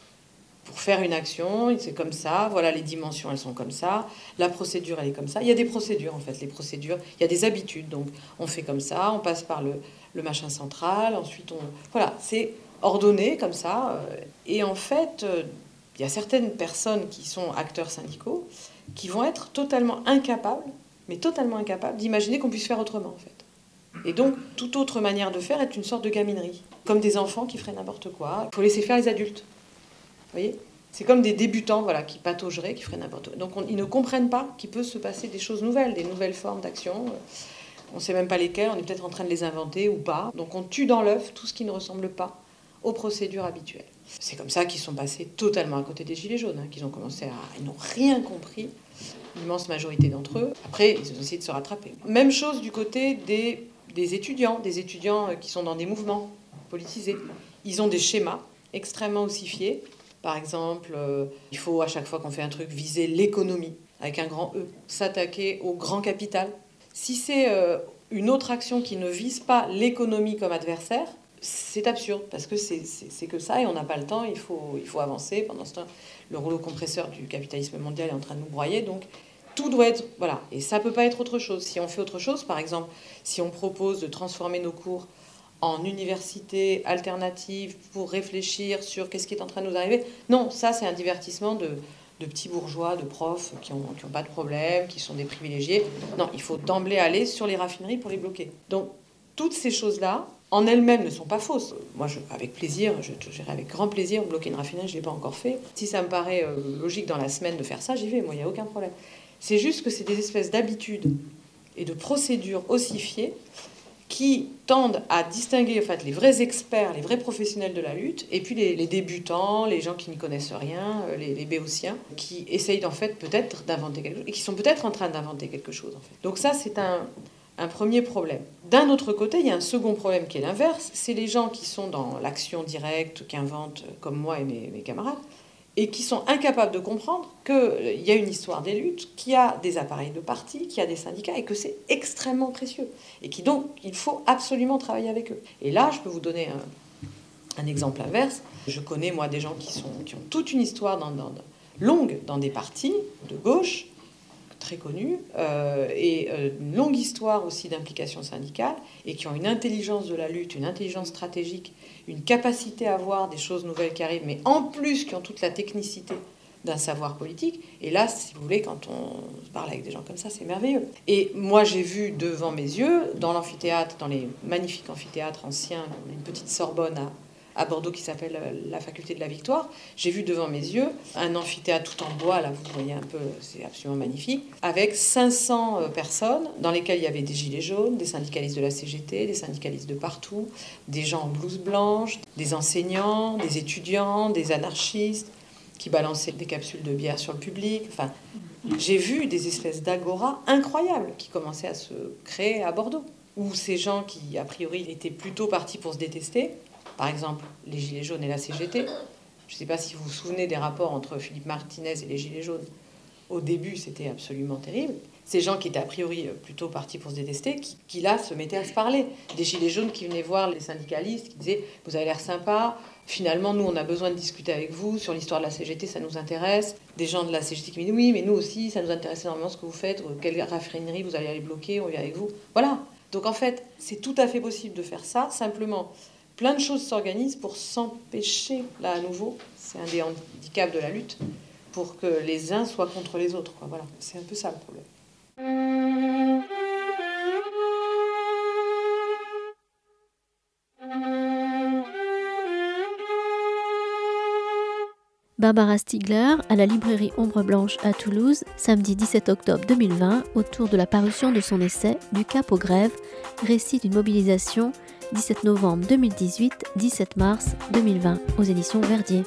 Pour faire une action, c'est comme ça, voilà, les dimensions, elles sont comme ça, la procédure, elle est comme ça. Il y a des procédures, en fait, les procédures, il y a des habitudes, donc on fait comme ça, on passe par le machin central, ensuite voilà, c'est ordonné comme ça, et en fait, il y a certaines personnes qui sont acteurs syndicaux qui vont être totalement incapables, mais totalement incapables d'imaginer qu'on puisse faire autrement, en fait. Et donc, toute autre manière de faire est une sorte de gaminerie, comme des enfants qui feraient n'importe quoi. Il faut laisser faire les adultes. Vous voyez ? C'est comme des débutants, voilà, qui pataugeraient, qui feraient n'importe quoi. Donc, ils ne comprennent pas qu'il peut se passer des choses nouvelles, des nouvelles formes d'action. On ne sait même pas lesquelles, on est peut-être en train de les inventer ou pas. Donc, on tue dans l'œuf tout ce qui ne ressemble pas aux procédures habituelles. C'est comme ça qu'ils sont passés totalement à côté des Gilets jaunes, qu'ils ont commencé ils n'ont rien compris, l'immense majorité d'entre eux. Après, ils ont essayé de se rattraper. Même chose du côté des étudiants qui sont dans des mouvements politisés. Ils ont des schémas extrêmement ossifiés. Par exemple, il faut à chaque fois qu'on fait un truc viser l'économie, avec un grand E, s'attaquer au grand capital. Si c'est une autre action qui ne vise pas l'économie comme adversaire, c'est absurde, parce que c'est que ça, et on n'a pas le temps, il faut avancer. Pendant ce temps, le rouleau compresseur du capitalisme mondial est en train de nous broyer, donc tout doit être... Voilà, et ça ne peut pas être autre chose. Si on fait autre chose, par exemple, si on propose de transformer nos cours en université alternative pour réfléchir sur qu'est-ce qui est en train de nous arriver, non, ça c'est un divertissement de petits bourgeois, de profs qui ont pas de problème, qui sont des privilégiés. Non, il faut d'emblée aller sur les raffineries pour les bloquer. Donc, toutes ces choses-là, en elles-mêmes, ne sont pas fausses. Moi, avec plaisir, j'irai avec grand plaisir bloquer une raffinerie, je ne l'ai pas encore fait. Si ça me paraît logique dans la semaine de faire ça, j'y vais, moi, il n'y a aucun problème. C'est juste que c'est des espèces d'habitudes et de procédures ossifiées qui tendent à distinguer en fait, les vrais experts, les vrais professionnels de la lutte, et puis les débutants, les gens qui n'y connaissent rien, les béotiens, qui essayent en fait peut-être d'inventer quelque chose, et qui sont peut-être en train d'inventer quelque chose. En fait. Donc ça, c'est un premier problème. D'un autre côté, il y a un second problème qui est l'inverse, c'est les gens qui sont dans l'action directe, qui inventent, comme moi et mes camarades, et qui sont incapables de comprendre qu'il y a une histoire des luttes, qu'il y a des appareils de parti, qu'il y a des syndicats, et que c'est extrêmement précieux. Et donc, il faut absolument travailler avec eux. Et là, je peux vous donner un exemple inverse. Je connais, moi, des gens qui ont toute une histoire longue dans des partis de gauche, très connus, et une longue histoire aussi d'implication syndicale, et qui ont une intelligence de la lutte, une intelligence stratégique, une capacité à voir des choses nouvelles qui arrivent, mais en plus qui ont toute la technicité d'un savoir politique. Et là, si vous voulez, quand on parle avec des gens comme ça, c'est merveilleux. Et moi, j'ai vu devant mes yeux, dans l'amphithéâtre, dans les magnifiques amphithéâtres anciens, une petite Sorbonne à Bordeaux qui s'appelle la Faculté de la Victoire, j'ai vu devant mes yeux un amphithéâtre tout en bois, là vous voyez un peu, c'est absolument magnifique, avec 500 personnes dans lesquelles il y avait des gilets jaunes, des syndicalistes de la CGT, des syndicalistes de partout, des gens en blouse blanche, des enseignants, des étudiants, des anarchistes, qui balançaient des capsules de bière sur le public. Enfin, j'ai vu des espèces d'agora incroyables qui commençaient à se créer à Bordeaux, où ces gens qui, a priori, étaient plutôt partis pour se détester, par exemple les Gilets jaunes et la CGT. Je ne sais pas si vous vous souvenez des rapports entre Philippe Martinez et les Gilets jaunes. Au début, c'était absolument terrible. Ces gens qui étaient a priori plutôt partis pour se détester, qui là se mettaient à se parler. Des Gilets jaunes qui venaient voir les syndicalistes, qui disaient « Vous avez l'air sympa, finalement, nous, on a besoin de discuter avec vous sur l'histoire de la CGT, ça nous intéresse. » Des gens de la CGT qui me disent « Oui, mais nous aussi, ça nous intéresse énormément ce que vous faites. Quelle raffinerie vous allez aller bloquer, on vient avec vous. » Voilà. Donc en fait, c'est tout à fait possible de faire ça. Simplement, plein de choses s'organisent pour s'empêcher, là à nouveau, c'est un des handicaps de la lutte, pour que les uns soient contre les autres, quoi. Voilà, c'est un peu ça le problème. Barbara Stiegler à la librairie Ombre Blanche à Toulouse, samedi 17 octobre 2020, autour de la parution de son essai Du Cap aux Grèves, récit d'une mobilisation, 17 novembre 2018, 17 mars 2020, aux éditions Verdier.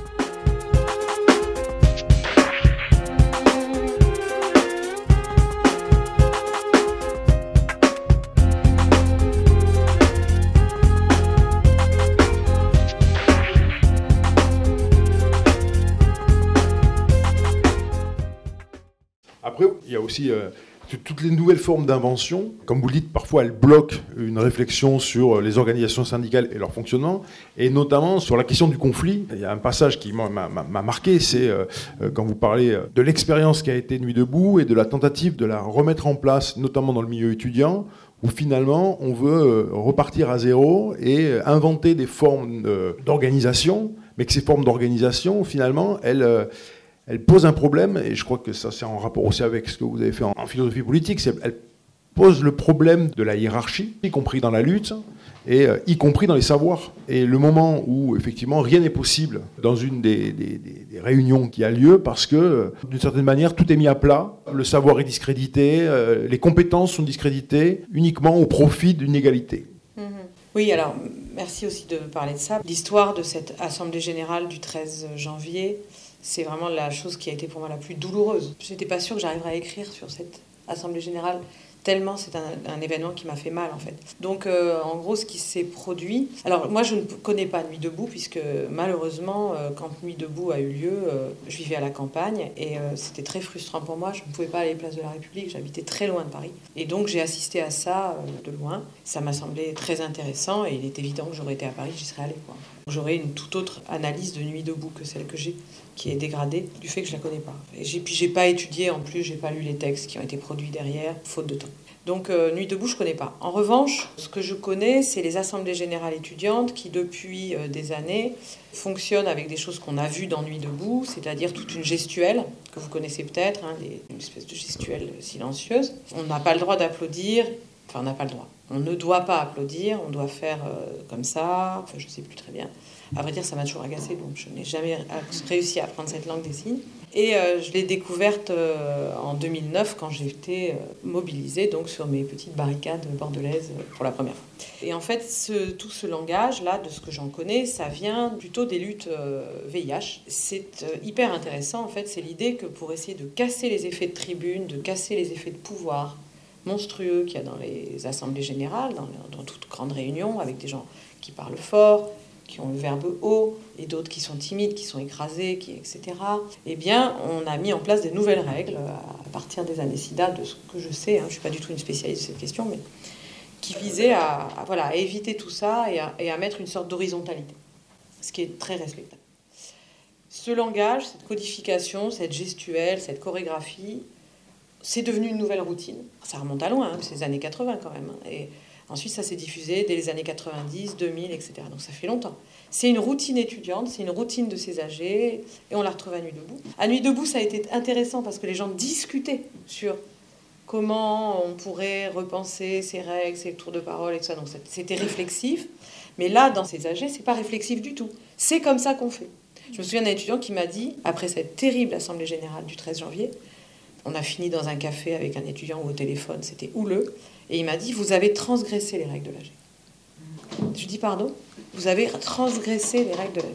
Après, il y a aussi toutes les nouvelles formes d'invention. Comme vous le dites, parfois elles bloquent une réflexion sur les organisations syndicales et leur fonctionnement, et notamment sur la question du conflit. Il y a un passage qui m'a marqué, c'est quand vous parlez de l'expérience qui a été Nuit debout et de la tentative de la remettre en place, notamment dans le milieu étudiant, où finalement on veut repartir à zéro et inventer des formes d'organisation, mais que ces formes d'organisation, finalement, elle pose un problème, et je crois que ça c'est en rapport aussi avec ce que vous avez fait en philosophie politique, elle pose le problème de la hiérarchie, y compris dans la lutte, et y compris dans les savoirs. Et le moment où, effectivement, rien n'est possible dans une des réunions qui a lieu, parce que, d'une certaine manière, tout est mis à plat, le savoir est discrédité, les compétences sont discréditées, uniquement au profit d'une égalité. Oui, alors, merci aussi de parler de ça. L'histoire de cette Assemblée Générale du 13 janvier, c'est vraiment la chose qui a été pour moi la plus douloureuse. Je n'étais pas sûre que j'arriverais à écrire sur cette Assemblée Générale, tellement c'est un événement qui m'a fait mal, en fait. Donc, en gros, ce qui s'est produit... Alors, moi, je ne connais pas Nuit debout, puisque, malheureusement, quand Nuit debout a eu lieu, je vivais à la campagne, et c'était très frustrant pour moi. Je ne pouvais pas aller place de la République, j'habitais très loin de Paris. Et donc, j'ai assisté à ça de loin. Ça m'a semblé très intéressant, et il est évident que j'aurais été à Paris, j'y serais allée, quoi. J'aurais une toute autre analyse de Nuit debout que celle que j'ai, qui est dégradée du fait que je la connais pas. Et puis j'ai pas étudié, en plus j'ai pas lu les textes qui ont été produits derrière, faute de temps. Donc Nuit debout, je connais pas. En revanche, ce que je connais, c'est les assemblées générales étudiantes qui depuis des années fonctionnent avec des choses qu'on a vues dans Nuit debout, c'est-à-dire toute une gestuelle que vous connaissez peut-être, hein, une espèce de gestuelle silencieuse. On n'a pas le droit d'applaudir. Enfin, on n'a pas le droit. On ne doit pas applaudir, on doit faire comme ça. Enfin, je ne sais plus très bien. À vrai dire, ça m'a toujours agacée, donc je n'ai jamais réussi à apprendre cette langue des signes. Et je l'ai découverte en 2009, quand j'ai été mobilisée donc, sur mes petites barricades bordelaises pour la première fois. Et en fait, tout ce langage-là, de ce que j'en connais, ça vient plutôt des luttes VIH. C'est hyper intéressant, en fait. C'est l'idée que pour essayer de casser les effets de tribune, de casser les effets de pouvoir monstrueux qu'il y a dans les assemblées générales, dans toute grande réunion, avec des gens qui parlent fort, qui ont le verbe haut, et d'autres qui sont timides, qui sont écrasés, etc. Eh bien, on a mis en place des nouvelles règles à partir des années SIDA, de ce que je sais, hein, je ne suis pas du tout une spécialiste de cette question, mais qui visaient à éviter tout ça et à mettre une sorte d'horizontalité, ce qui est très respectable. Ce langage, cette codification, cette gestuelle, cette chorégraphie, c'est devenu une nouvelle routine. Ça remonte à loin, hein, c'est les années 80 quand même. Et ensuite, ça s'est diffusé dès les années 90, 2000, etc. Donc ça fait longtemps. C'est une routine étudiante, c'est une routine de ces âgés, et on la retrouve à Nuit debout. À Nuit debout, ça a été intéressant parce que les gens discutaient sur comment on pourrait repenser ces règles, ces tours de parole, et tout ça. Donc c'était réflexif. Mais là, dans ces âgés, c'est pas réflexif du tout. C'est comme ça qu'on fait. Je me souviens d'un étudiant qui m'a dit, après cette terrible assemblée générale du 13 janvier, on a fini dans un café avec un étudiant ou au téléphone, c'était houleux. Et il m'a dit, vous avez transgressé les règles de l'AG. Je dis, pardon ? Vous avez transgressé les règles de l'AG. Je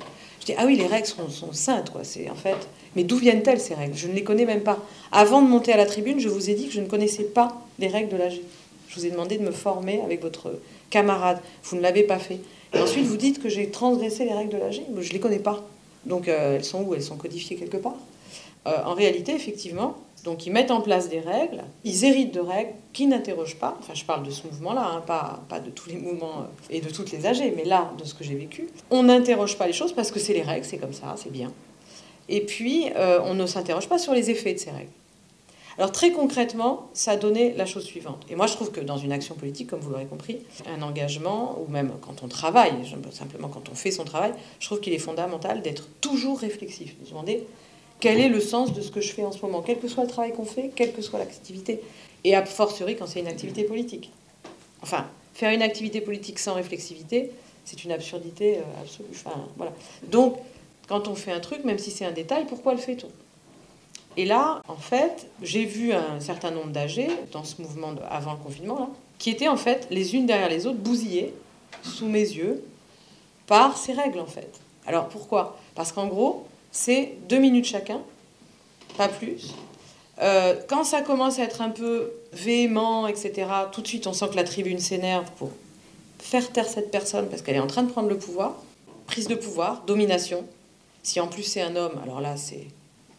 Je dis, ah oui, les règles sont saintes, quoi. C'est, en fait... Mais d'où viennent-elles, ces règles? Je ne les connais même pas. Avant de monter à la tribune, je vous ai dit que je ne connaissais pas les règles de l'AG. Je vous ai demandé de me former avec votre camarade. Vous ne l'avez pas fait. Et ensuite, vous dites que j'ai transgressé les règles de l'AG. Je ne les connais pas. Donc, elles sont où? Elles sont codifiées quelque part. En réalité, effectivement, donc ils mettent en place des règles, ils héritent de règles qui n'interrogent pas. Enfin, je parle de ce mouvement-là, hein, pas de tous les mouvements et de toutes les AG, mais là, de ce que j'ai vécu. On n'interroge pas les choses parce que c'est les règles, c'est comme ça, c'est bien. Et puis, on ne s'interroge pas sur les effets de ces règles. Alors, très concrètement, ça a donné la chose suivante. Et moi, je trouve que dans une action politique, comme vous l'aurez compris, un engagement, ou même quand on travaille, simplement quand on fait son travail, je trouve qu'il est fondamental d'être toujours réflexif, de se demander quel est le sens de ce que je fais en ce moment, quel que soit le travail qu'on fait, quelle que soit l'activité, et a fortiori quand c'est une activité politique. Enfin, faire une activité politique sans réflexivité, c'est une absurdité absolue. Enfin, voilà. Donc, quand on fait un truc, même si c'est un détail, pourquoi le fait-on? Et là, en fait, j'ai vu un certain nombre d'AG dans ce mouvement avant le confinement, là, qui étaient en fait les unes derrière les autres, bousillées sous mes yeux par ces règles, en fait. Alors pourquoi? Parce qu'en gros, c'est 2 minutes chacun, pas plus. Quand ça commence à être un peu véhément, etc., tout de suite on sent que la tribune s'énerve pour faire taire cette personne parce qu'elle est en train de prendre le pouvoir. Prise de pouvoir, domination. Si en plus c'est un homme, alors là c'est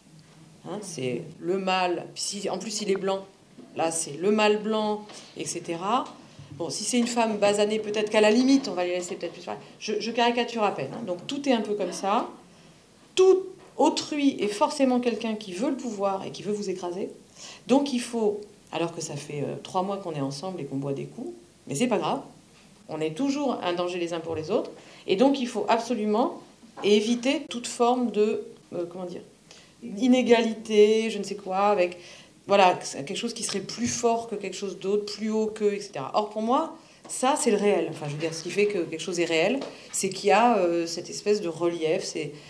le mâle. Si en plus il est blanc, là c'est le mâle blanc, etc. Bon, si c'est une femme basanée, peut-être qu'à la limite on va les laisser peut-être plus faire. Je caricature à peine. Hein. Donc tout est un peu comme ça. Tout autrui est forcément quelqu'un qui veut le pouvoir et qui veut vous écraser. Donc il faut, alors que ça fait 3 mois qu'on est ensemble et qu'on boit des coups, mais c'est pas grave, on est toujours un danger les uns pour les autres, et donc il faut absolument éviter toute forme de, inégalité, je ne sais quoi, avec, voilà, quelque chose qui serait plus fort que quelque chose d'autre, plus haut que, etc. Or pour moi, ça c'est le réel. Enfin, je veux dire, ce qui fait que quelque chose est réel, c'est qu'il y a cette espèce de relief,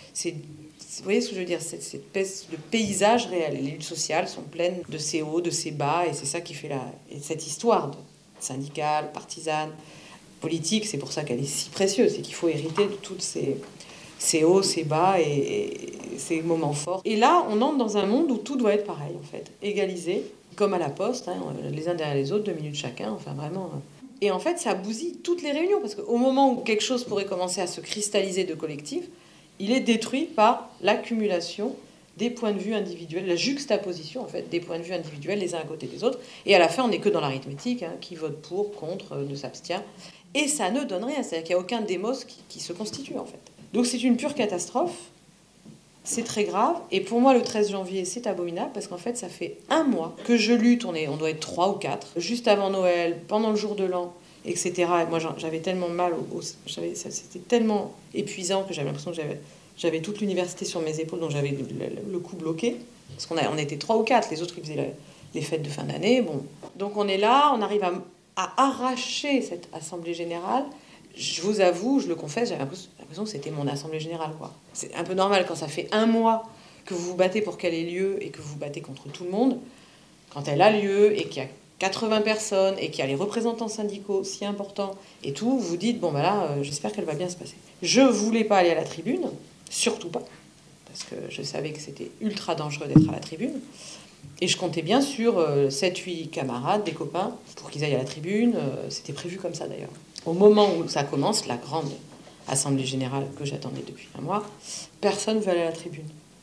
vous voyez ce que je veux dire, cette espèce de paysage réel. Et les luttes sociales sont pleines de ces hauts, de ces bas, et c'est ça qui fait cette histoire syndicale, partisane, politique. C'est pour ça qu'elle est si précieuse, c'est qu'il faut hériter de toutes ces hauts, ces bas et ces moments forts. Et là, on entre dans un monde où tout doit être pareil, en fait, égalisé, comme à la poste, hein, les uns derrière les autres, 2 minutes chacun, enfin vraiment. Et en fait, ça bousille toutes les réunions, parce qu'au moment où quelque chose pourrait commencer à se cristalliser de collectif, il est détruit par l'accumulation des points de vue individuels, la juxtaposition en fait des points de vue individuels les uns à côté des autres. Et à la fin, on n'est que dans l'arithmétique, hein, qui vote pour, contre, ne s'abstient. Et ça ne donne rien, c'est-à-dire qu'il n'y a aucun démos qui se constitue en fait. Donc c'est une pure catastrophe, c'est très grave. Et pour moi, le 13 janvier, c'est abominable, parce qu'en fait, ça fait 1 mois que je lutte, on doit être 3 ou 4, juste avant Noël, pendant le jour de l'an, etc. Et moi, j'avais tellement mal, c'était tellement épuisant que j'avais l'impression que j'avais toute l'université sur mes épaules, donc j'avais le cou bloqué. Parce qu'on était 3 ou 4, les autres, ils faisaient les fêtes de fin d'année. Bon. Donc on est là, on arrive à arracher cette assemblée générale. Je vous avoue, je le confesse, j'avais l'impression que c'était mon assemblée générale, quoi. C'est un peu normal quand ça fait 1 mois que vous vous battez pour qu'elle ait lieu et que vous vous battez contre tout le monde. Quand elle a lieu et qu'il y a 80 personnes et qu'il y a les représentants syndicaux si importants et tout, vous dites, bon ben là, j'espère qu'elle va bien se passer. Je voulais pas aller à la tribune, surtout pas, parce que je savais que c'était ultra dangereux d'être à la tribune. Et je comptais bien sur 7-8 camarades, des copains, pour qu'ils aillent à la tribune. C'était prévu comme ça d'ailleurs. Au moment où ça commence, la grande assemblée générale que j'attendais depuis 1 mois, personne ne veut aller à la tribune.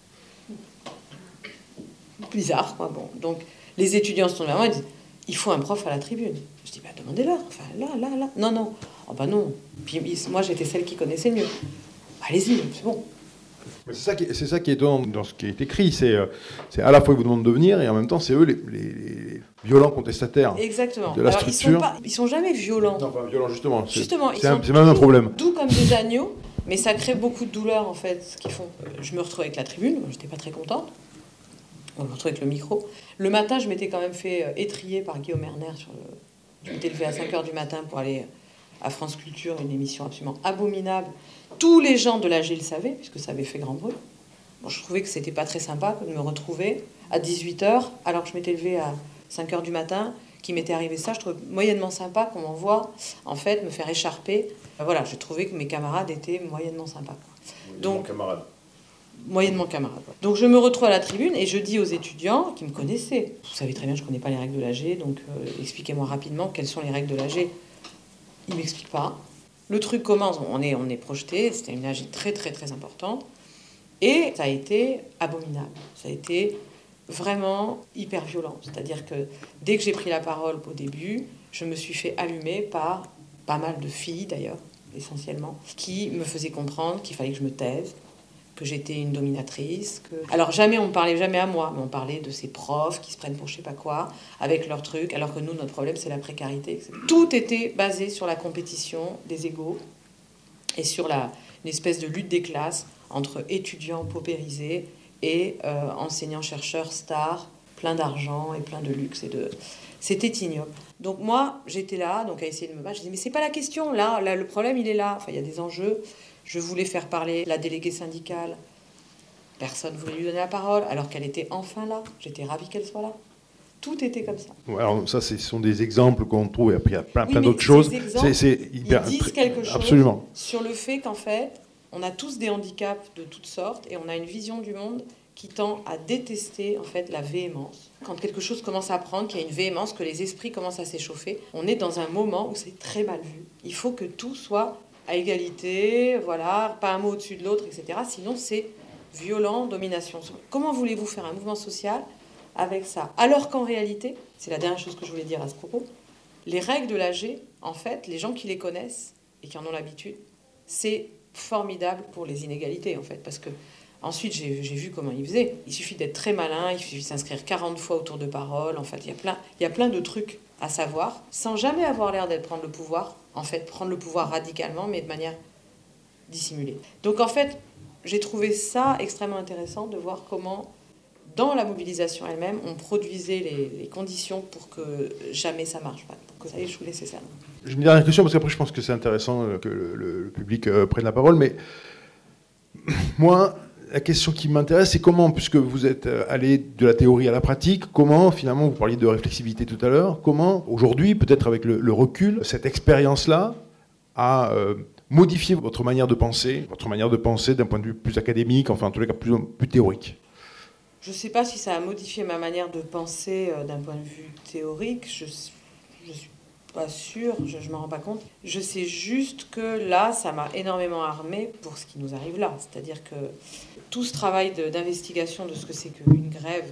Bizarre, quoi. Bon, donc les étudiants se tournent vers moi et disent, il faut un prof à la tribune. Je dis, bah demandez-leur. Enfin, là. Non. Oh bah non. Puis moi, j'étais celle qui connaissait mieux. Allez-y, c'est bon. C'est ça qui est étonnant dans ce qui est écrit. C'est à la fois ils vous demandent de venir et en même temps c'est eux les violents contestataires. Exactement. De la structure. Ils sont jamais violents. Non, pas violents justement. C'est même un problème. Doux comme des agneaux, mais ça crée beaucoup de douleur en fait. Ce qu'ils font. Je me retrouve avec la tribune. J'étais pas très contente. On me retrouve avec le micro. Le matin, je m'étais quand même fait étriller par Guillaume Erner Je m'étais levée à 5h du matin pour aller à France Culture, une émission absolument abominable. Tous les gens de l'AG le savaient, puisque ça avait fait grand bruit. Bon, je trouvais que c'était pas très sympa de me retrouver à 18h, alors que je m'étais levée à 5h du matin, qu'il m'était arrivé ça. Je trouvais moyennement sympa qu'on m'envoie, en fait, me faire écharper. Voilà, je trouvais que mes camarades étaient moyennement sympas, quoi. Donc, camarade. Moyennement camarade. Donc je me retrouve à la tribune et je dis aux étudiants qui me connaissaient, vous savez très bien que je ne connais pas les règles de l'AG, donc expliquez-moi rapidement quelles sont les règles de l'AG. Ils ne m'expliquent pas. Le truc commence, on est projeté, c'était une AG très très très importante, et ça a été abominable, ça a été vraiment hyper violent. C'est-à-dire que dès que j'ai pris la parole au début, je me suis fait allumer par pas mal de filles d'ailleurs, essentiellement, qui me faisaient comprendre qu'il fallait que je me taise, que j'étais une dominatrice. Alors jamais, on ne parlait jamais à moi, mais on parlait de ces profs qui se prennent pour je sais pas quoi, avec leurs trucs, alors que nous, notre problème, c'est la précarité, etc. Tout était basé sur la compétition des égaux et sur une espèce de lutte des classes entre étudiants paupérisés et enseignants-chercheurs stars, plein d'argent et plein de luxe. C'était ignoble. Donc moi, j'étais là, donc à essayer de me battre. Je disais, mais c'est pas la question, là, le problème, il est là. Enfin, il y a des enjeux. Je voulais faire parler la déléguée syndicale. Personne ne voulait lui donner la parole, alors qu'elle était enfin là. J'étais ravie qu'elle soit là. Tout était comme ça. Alors ça, ce sont des exemples qu'on trouve, et après il y a plein d'autres ces choses. Exemples, ils disent quelque chose absolument. Sur le fait qu'en fait, on a tous des handicaps de toutes sortes, et on a une vision du monde qui tend à détester en fait la véhémence. Quand quelque chose commence à prendre, qu'il y a une véhémence, que les esprits commencent à s'échauffer, on est dans un moment où c'est très mal vu. Il faut que tout soit à égalité, voilà, pas un mot au-dessus de l'autre, etc. Sinon, c'est violent, domination. Comment voulez-vous faire un mouvement social avec ça? Alors qu'en réalité, c'est la dernière chose que je voulais dire à ce propos, les règles de l'AG, en fait, les gens qui les connaissent et qui en ont l'habitude, c'est formidable pour les inégalités, en fait, parce que ensuite, j'ai vu comment ils faisaient. Il suffit d'être très malin, il suffit de s'inscrire 40 fois au tour de parole. En fait, il y a plein de trucs à savoir, sans jamais avoir l'air d'être prendre le pouvoir. En fait, prendre le pouvoir radicalement, mais de manière dissimulée. Donc, en fait, j'ai trouvé ça extrêmement intéressant de voir comment, dans la mobilisation elle-même, on produisait les conditions pour que jamais ça marche pas. Donc, ça y est, je vous laisse ça. J'ai une dernière question, parce qu'après, je pense que c'est intéressant que le public prenne la parole, mais moi, la question qui m'intéresse, c'est comment, puisque vous êtes allé de la théorie à la pratique, comment, finalement, vous parliez de réflexivité tout à l'heure, comment, aujourd'hui, peut-être avec le recul, cette expérience-là a modifié votre manière de penser d'un point de vue plus académique, enfin, en tous les cas, plus théorique? Je ne sais pas si ça a modifié ma manière de penser d'un point de vue théorique. Je suis pas sûre, je ne m'en rends pas compte. Je sais juste que là, ça m'a énormément armée pour ce qui nous arrive là. C'est-à-dire que tout ce travail d'investigation de ce que c'est qu'une grève,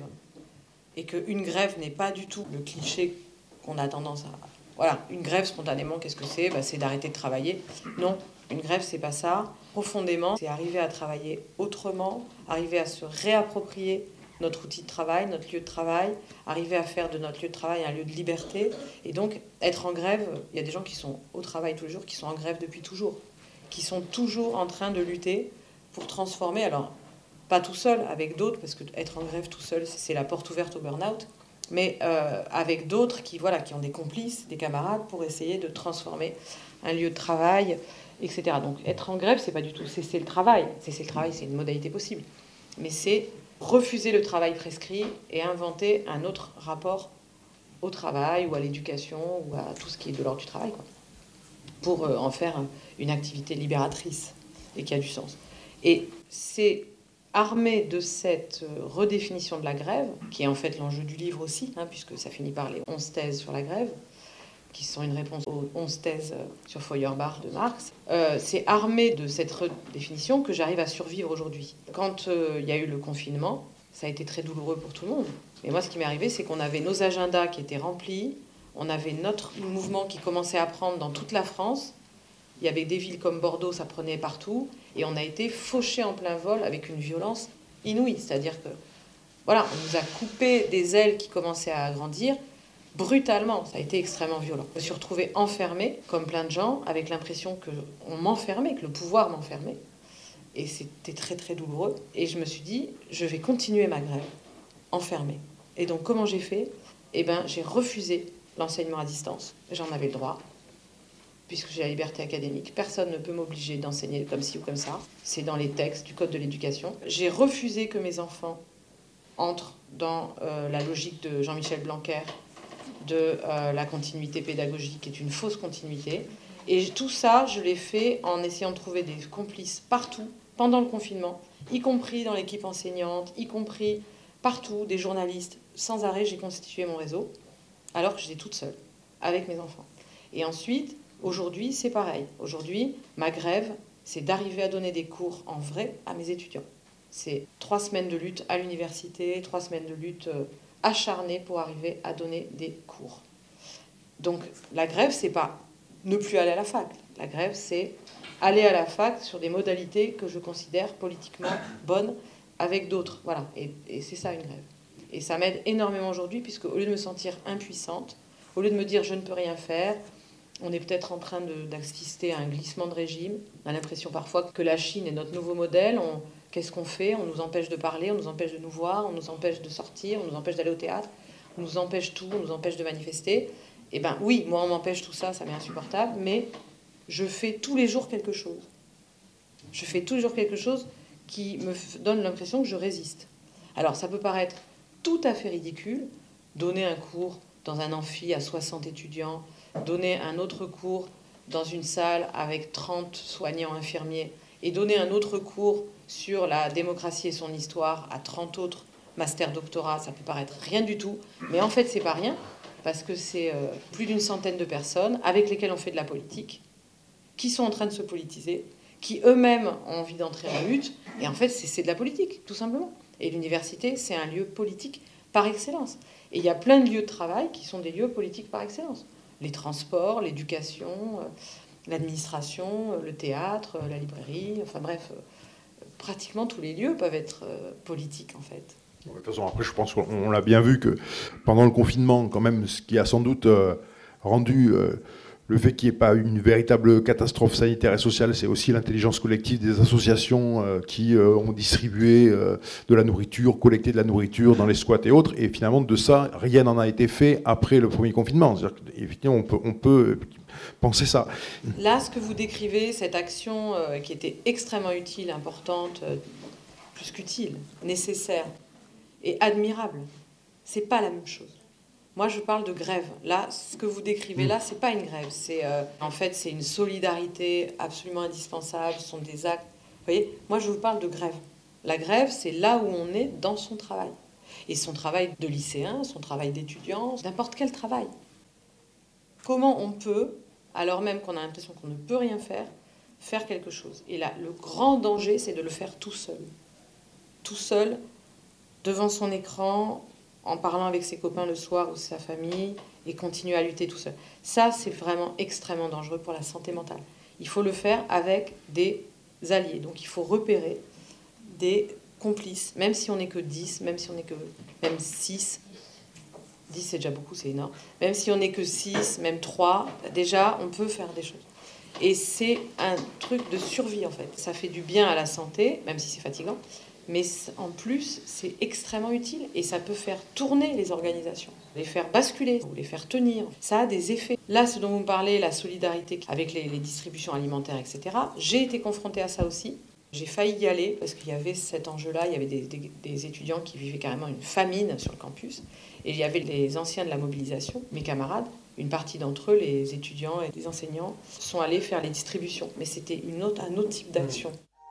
et qu'une grève n'est pas du tout le cliché qu'on a tendance à... Voilà, une grève spontanément, qu'est-ce que c'est? C'est d'arrêter de travailler. Non, une grève, c'est pas ça. Profondément, c'est arriver à travailler autrement, arriver à se réapproprier notre outil de travail, notre lieu de travail, arriver à faire de notre lieu de travail un lieu de liberté. Et donc, être en grève, il y a des gens qui sont au travail tous les jours, qui sont en grève depuis toujours, qui sont toujours en train de lutter pour transformer, alors pas tout seul, avec d'autres, parce que être en grève tout seul, c'est la porte ouverte au burn-out, mais avec d'autres qui ont des complices, des camarades, pour essayer de transformer un lieu de travail, etc. Donc être en grève, c'est pas du tout cesser le travail. Cesser le travail, c'est une modalité possible. Mais c'est refuser le travail prescrit et inventer un autre rapport au travail ou à l'éducation ou à tout ce qui est de l'ordre du travail, quoi, pour en faire une activité libératrice et qui a du sens. Et c'est armé de cette redéfinition de la grève, qui est en fait l'enjeu du livre aussi, puisque ça finit par les 11 thèses sur la grève, qui sont une réponse aux 11 thèses sur Feuerbach de Marx. C'est armé de cette redéfinition que j'arrive à survivre aujourd'hui. Quand il y a eu le confinement, ça a été très douloureux pour tout le monde. Mais moi, ce qui m'est arrivé, c'est qu'on avait nos agendas qui étaient remplis, on avait notre mouvement qui commençait à prendre dans toute la France. Il y avait des villes comme Bordeaux, ça prenait partout, et on a été fauchés en plein vol avec une violence inouïe. C'est-à-dire que, voilà, on nous a coupé des ailes qui commençaient à grandir, brutalement. Ça a été extrêmement violent. Je me suis retrouvée enfermée, comme plein de gens, avec l'impression qu'on m'enfermait, que le pouvoir m'enfermait. Et c'était très, très douloureux. Et je me suis dit, je vais continuer ma grève, enfermée. Et donc, comment j'ai fait? J'ai refusé l'enseignement à distance. J'en avais le droit, puisque j'ai la liberté académique. Personne ne peut m'obliger d'enseigner comme ci ou comme ça. C'est dans les textes du Code de l'éducation. J'ai refusé que mes enfants entrent dans la logique de Jean-Michel Blanquer, de la continuité pédagogique, qui est une fausse continuité. Et tout ça, je l'ai fait en essayant de trouver des complices partout pendant le confinement, y compris dans l'équipe enseignante, y compris partout, des journalistes. Sans arrêt, j'ai constitué mon réseau, alors que j'étais toute seule, avec mes enfants. Et ensuite, aujourd'hui, c'est pareil. Aujourd'hui, ma grève, c'est d'arriver à donner des cours en vrai à mes étudiants. C'est 3 semaines de lutte à l'université, 3 semaines de lutte acharnée pour arriver à donner des cours. Donc la grève, c'est pas ne plus aller à la fac. La grève, c'est aller à la fac sur des modalités que je considère politiquement bonnes avec d'autres. Voilà, et c'est ça une grève. Et ça m'aide énormément aujourd'hui, puisque au lieu de me sentir impuissante, au lieu de me dire je ne peux rien faire, on est peut-être en train d'assister à un glissement de régime. On a l'impression parfois que la Chine est notre nouveau modèle. Qu'est-ce qu'on fait? On nous empêche de parler, on nous empêche de nous voir, on nous empêche de sortir, on nous empêche d'aller au théâtre, on nous empêche tout, on nous empêche de manifester. Eh bien oui, moi on m'empêche tout ça, ça m'est insupportable, mais je fais tous les jours quelque chose. Je fais tous les jours quelque chose qui me donne l'impression que je résiste. Alors ça peut paraître tout à fait ridicule, donner un cours dans un amphi à 60 étudiants, donner un autre cours dans une salle avec 30 soignants infirmiers et donner un autre cours sur la démocratie et son histoire à 30 autres master-doctorats, ça peut paraître rien du tout, mais en fait c'est pas rien, parce que c'est plus d'une centaine de personnes avec lesquelles on fait de la politique, qui sont en train de se politiser, qui eux-mêmes ont envie d'entrer en lutte, et en fait c'est de la politique, tout simplement. Et l'université, c'est un lieu politique par excellence. Et il y a plein de lieux de travail qui sont des lieux politiques par excellence. Les transports, l'éducation, l'administration, le théâtre, la librairie, enfin bref, pratiquement tous les lieux peuvent être politiques en fait. De toute façon, après, je pense qu'on l'a bien vu que pendant le confinement, quand même, ce qui a sans doute rendu le fait qu'il n'y ait pas une véritable catastrophe sanitaire et sociale, c'est aussi l'intelligence collective des associations qui ont distribué de la nourriture, collecté de la nourriture dans les squats et autres. Et finalement, de ça, rien n'en a été fait après le premier confinement. C'est-à-dire qu'effectivement, on peut penser ça. Là, ce que vous décrivez, cette action qui était extrêmement utile, importante, plus qu'utile, nécessaire et admirable, c'est pas la même chose. Moi, je parle de grève. Là, ce que vous décrivez là, c'est pas une grève. En fait, c'est une solidarité absolument indispensable. Ce sont des actes. Vous voyez, moi, je vous parle de grève. La grève, c'est là où on est dans son travail. Et son travail de lycéen, son travail d'étudiant, n'importe quel travail. Comment on peut, alors même qu'on a l'impression qu'on ne peut rien faire, faire quelque chose? Et là, le grand danger, c'est de le faire tout seul. Tout seul, devant son écran, en parlant avec ses copains le soir ou sa famille, et continuer à lutter tout seul. Ça, c'est vraiment extrêmement dangereux pour la santé mentale. Il faut le faire avec des alliés. Donc il faut repérer des complices, même si on n'est que 10, même si on n'est que même 6. 10, c'est déjà beaucoup, c'est énorme. Même si on n'est que 6, même 3, déjà, on peut faire des choses. Et c'est un truc de survie, en fait. Ça fait du bien à la santé, même si c'est fatigant. Mais en plus, c'est extrêmement utile et ça peut faire tourner les organisations, les faire basculer ou les faire tenir. Ça a des effets. Là, ce dont vous me parlez, la solidarité avec les distributions alimentaires, etc., j'ai été confrontée à ça aussi. J'ai failli y aller parce qu'il y avait cet enjeu-là. Il y avait des étudiants qui vivaient carrément une famine sur le campus. Et il y avait les anciens de la mobilisation, mes camarades. Une partie d'entre eux, les étudiants et les enseignants, sont allés faire les distributions. Mais c'était un autre type d'action.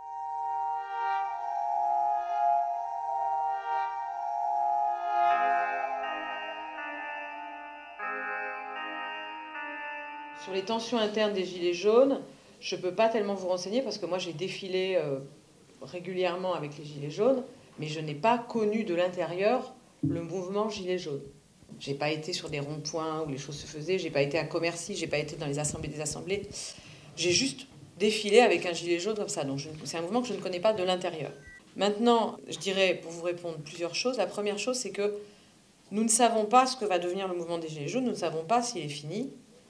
Sur les tensions internes des Gilets jaunes, je ne peux pas tellement vous renseigner parce que moi j'ai défilé régulièrement avec les Gilets jaunes, mais je n'ai pas connu de l'intérieur le mouvement Gilets jaunes. Je n'ai pas été sur des ronds-points où les choses se faisaient, je n'ai pas été à Commercy, je n'ai pas été dans les assemblées des assemblées. J'ai juste défilé avec un gilet jaune comme ça. Donc c'est un mouvement que je ne connais pas de l'intérieur. Maintenant, je dirais, pour vous répondre, plusieurs choses. La première chose, c'est que nous ne savons pas ce que va devenir le mouvement des Gilets jaunes, nous ne savons pas s'il est fini.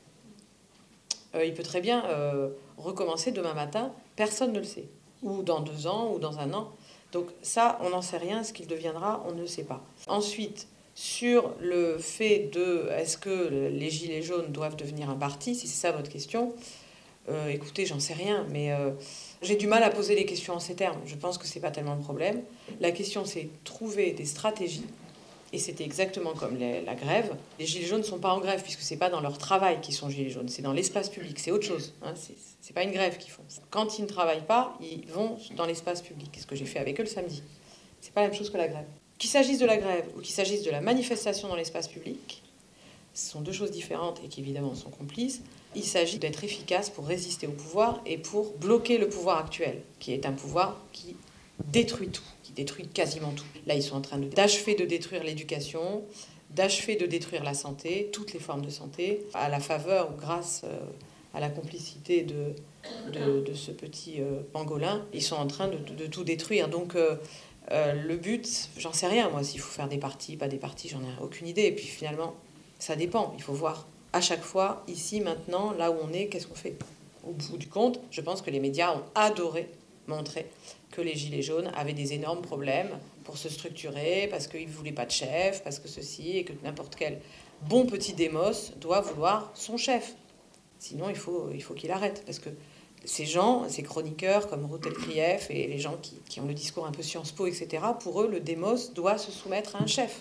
Il peut très bien recommencer demain matin, personne ne le sait. Ou dans 2 ans, ou dans 1 an. Donc ça, on n'en sait rien, ce qu'il deviendra, on ne sait pas. Ensuite, sur le fait de est-ce que les Gilets jaunes doivent devenir un parti, si c'est ça votre question, écoutez, j'en sais rien, mais j'ai du mal à poser les questions en ces termes. Je pense que c'est pas tellement le problème. La question, c'est trouver des stratégies Et c'était exactement comme la grève. Les gilets jaunes ne sont pas en grève, puisque ce n'est pas dans leur travail qu'ils sont gilets jaunes, c'est dans l'espace public, c'est autre chose. Hein, c'est pas une grève qu'ils font. Quand ils ne travaillent pas, ils vont dans l'espace public. C'est ce que j'ai fait avec eux le samedi. C'est pas la même chose que la grève. Qu'il s'agisse de la grève ou qu'il s'agisse de la manifestation dans l'espace public, ce sont deux choses différentes et qui évidemment sont complices. Il s'agit d'être efficace pour résister au pouvoir et pour bloquer le pouvoir actuel, qui est un pouvoir qui détruit tout, qui détruit quasiment tout. Là, ils sont en train d'achever de détruire l'éducation, d'achever de détruire la santé, toutes les formes de santé, à la faveur ou grâce à la complicité de ce petit pangolin. Ils sont en train de tout détruire. Donc le but, j'en sais rien, moi, s'il faut faire des partis, pas des partis, j'en ai aucune idée. Et puis finalement, ça dépend. Il faut voir à chaque fois, ici, maintenant, là où on est, qu'est-ce qu'on fait. Au bout du compte, je pense que les médias ont adoré montrer que les Gilets jaunes avaient des énormes problèmes pour se structurer, parce qu'ils ne voulaient pas de chef, parce que ceci, et que n'importe quel bon petit démos doit vouloir son chef. Sinon, il faut qu'il arrête. Parce que ces gens, ces chroniqueurs comme Ruth Elkrief et les gens qui ont le discours un peu Sciences Po, etc., pour eux, le démos doit se soumettre à un chef.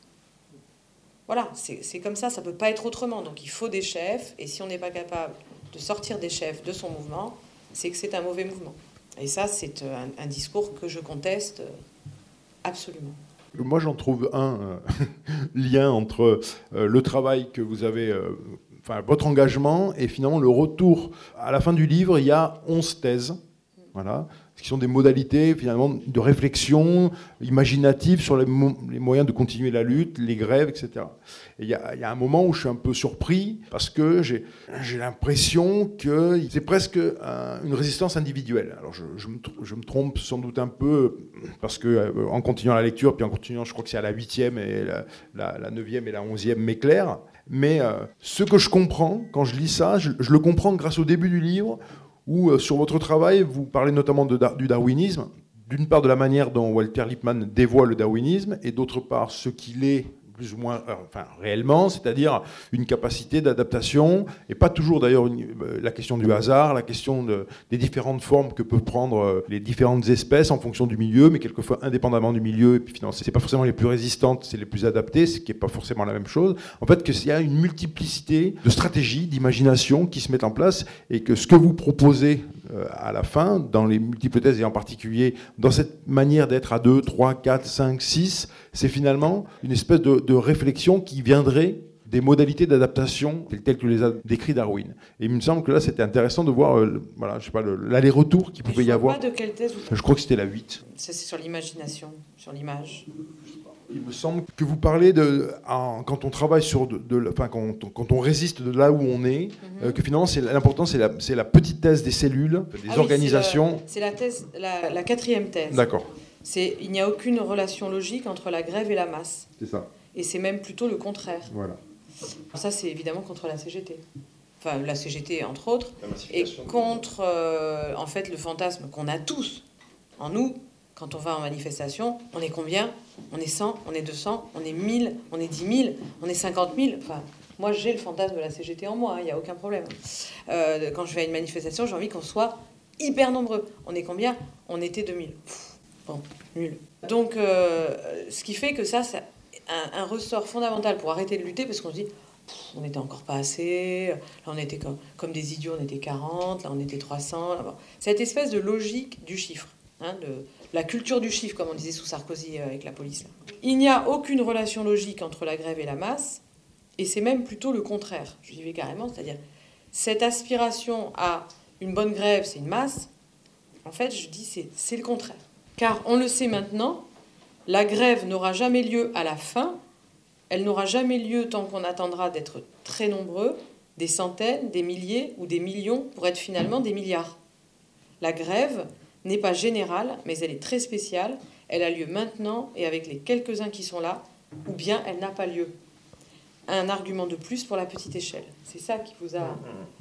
Voilà, c'est comme ça ne peut pas être autrement. Donc il faut des chefs, et si on n'est pas capable de sortir des chefs de son mouvement, c'est que c'est un mauvais mouvement. Et ça, c'est un discours que je conteste absolument. Moi, j'en trouve un lien entre le travail que vous avez, votre engagement, et finalement le retour. À la fin du livre, il y a 11 thèses, voilà, qui sont des modalités finalement de réflexion imaginative sur les moyens de continuer la lutte, les grèves, etc. Et il y a un moment où je suis un peu surpris parce que j'ai l'impression que c'est presque une résistance individuelle. Alors je me trompe sans doute un peu parce que en continuant la lecture, puis en continuant, je crois que c'est à la 8e et la 9e et la 11e m'éclairent. Mais ce que je comprends quand je lis ça, je le comprends grâce au début du livre, où sur votre travail, vous parlez notamment du darwinisme, d'une part de la manière dont Walter Lippmann dévoile le darwinisme, et d'autre part ce qu'il est plus ou moins réellement, c'est-à-dire une capacité d'adaptation, et pas toujours d'ailleurs la question du hasard, la question des différentes formes que peuvent prendre les différentes espèces en fonction du milieu, mais quelquefois indépendamment du milieu, et puis finalement c'est pas forcément les plus résistantes, c'est les plus adaptées, ce qui n'est pas forcément la même chose. En fait, qu'il y a une multiplicité de stratégies, d'imagination qui se mettent en place, et que ce que vous proposez à la fin, dans les multiples thèses, et en particulier dans cette manière d'être à 2, 3, 4, 5, 6, c'est finalement une espèce de réflexion qui viendrait des modalités d'adaptation telles que les a décrit Darwin. Et il me semble que là, c'était intéressant de voir l'aller-retour qu'il pouvait y avoir. Pas de quelle thèse je crois que c'était la 8. Ça, c'est sur l'imagination, sur l'image. Il me semble que vous parlez quand on travaille quand on résiste de là où on est, que finalement l'important c'est la petite thèse des cellules, des organisations. C'est la thèse, la 4e thèse. D'accord. Il n'y a aucune relation logique entre la grève et la masse. C'est ça. Et c'est même plutôt le contraire. Voilà. Ça, c'est évidemment contre la CGT. Enfin, la CGT, entre autres. Et contre, en fait, le fantasme qu'on a tous en nous. Quand on va en manifestation, on est combien ? On est 100, on est 200, on est 1000, on est 10 000, on est 50 000. Enfin, moi, j'ai le fantasme de la CGT en moi, il n'y a aucun problème. Quand je vais à une manifestation, j'ai envie qu'on soit hyper nombreux. On est combien ? On était 2000. Bon, nul. Donc, ce qui fait que ça, c'est un ressort fondamental pour arrêter de lutter, parce qu'on se dit, on n'était encore pas assez, là on était comme des idiots, on était 40, là on était 300. Là, bon. Cette espèce de logique du chiffre, de la culture du chiffre, comme on disait sous Sarkozy avec la police. Là. Il n'y a aucune relation logique entre la grève et la masse, et c'est même plutôt le contraire. Je dis carrément, c'est-à-dire cette aspiration à une bonne grève, c'est une masse. En fait, je dis c'est le contraire. Car on le sait maintenant, la grève n'aura jamais lieu à la fin, elle n'aura jamais lieu tant qu'on attendra d'être très nombreux, des centaines, des milliers ou des millions pour être finalement des milliards. La grève n'est pas générale, mais elle est très spéciale. Elle a lieu maintenant et avec les quelques-uns qui sont là, ou bien elle n'a pas lieu. Un argument de plus pour la petite échelle. C'est ça qui vous a...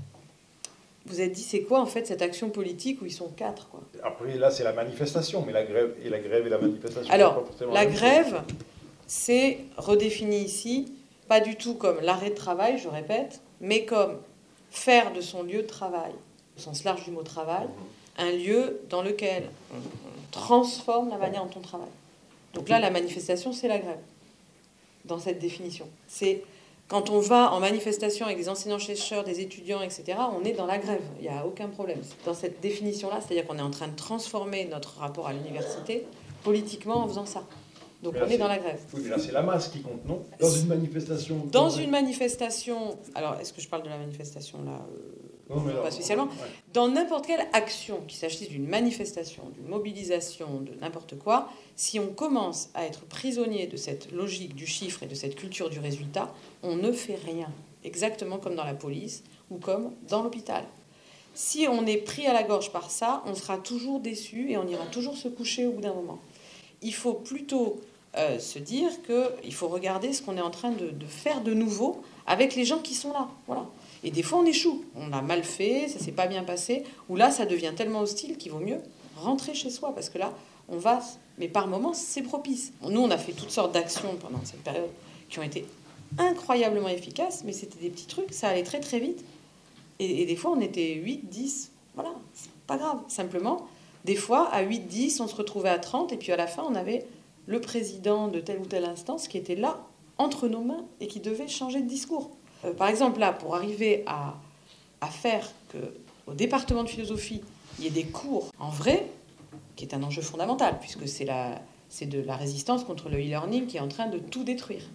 Vous êtes dit, c'est quoi en fait cette action politique où ils sont 4 quoi. Après, là, c'est la manifestation, mais la grève et la manifestation... Alors, la grève, c'est redéfini ici, pas du tout comme l'arrêt de travail, je répète, mais comme faire de son lieu de travail, au sens large du mot travail, un lieu dans lequel on transforme la manière dont on travaille. Donc là, la manifestation, c'est la grève. dans cette définition. C'est quand on va en manifestation avec des enseignants-chercheurs, des étudiants, etc., on est dans la grève, il n'y a aucun problème. Dans cette définition-là, c'est-à-dire qu'on est en train de transformer notre rapport à l'université politiquement en faisant ça. Donc on est dans la grève. Oui, mais là, c'est la masse qui compte, non? Dans une manifestation. Dans une manifestation, alors est-ce que je parle de la manifestation là Non, mais pas spécialement. Ouais. Dans n'importe quelle action, qu'il s'agisse d'une manifestation, d'une mobilisation, de n'importe quoi, si on commence à être prisonnier de cette logique du chiffre et de cette culture du résultat, on ne fait rien. Exactement comme dans la police ou comme dans l'hôpital. Si on est pris à la gorge par ça, on sera toujours déçu et on ira toujours se coucher au bout d'un moment. Il faut plutôt se dire qu'il faut regarder ce qu'on est en train de faire de nouveau avec les gens qui sont là. Voilà. Et des fois, on échoue. On a mal fait, ça ne s'est pas bien passé. Ou là, ça devient tellement hostile qu'il vaut mieux rentrer chez soi. Parce que là, on va... Mais par moments, c'est propice. Nous, on a fait toutes sortes d'actions pendant cette période qui ont été incroyablement efficaces. Mais c'était des petits trucs, ça allait très très vite. Et des fois, on était 8, 10. Voilà, c'est pas grave. Simplement, des fois, à 8, 10, on se retrouvait à 30. Et puis à la fin, on avait le président de telle ou telle instance qui était là, entre nos mains, et qui devait changer de discours. Par exemple, là, pour arriver à faire qu'au département de philosophie, il y ait des cours en vrai, qui est un enjeu fondamental, puisque c'est de la résistance contre le e-learning qui est en train de tout détruire.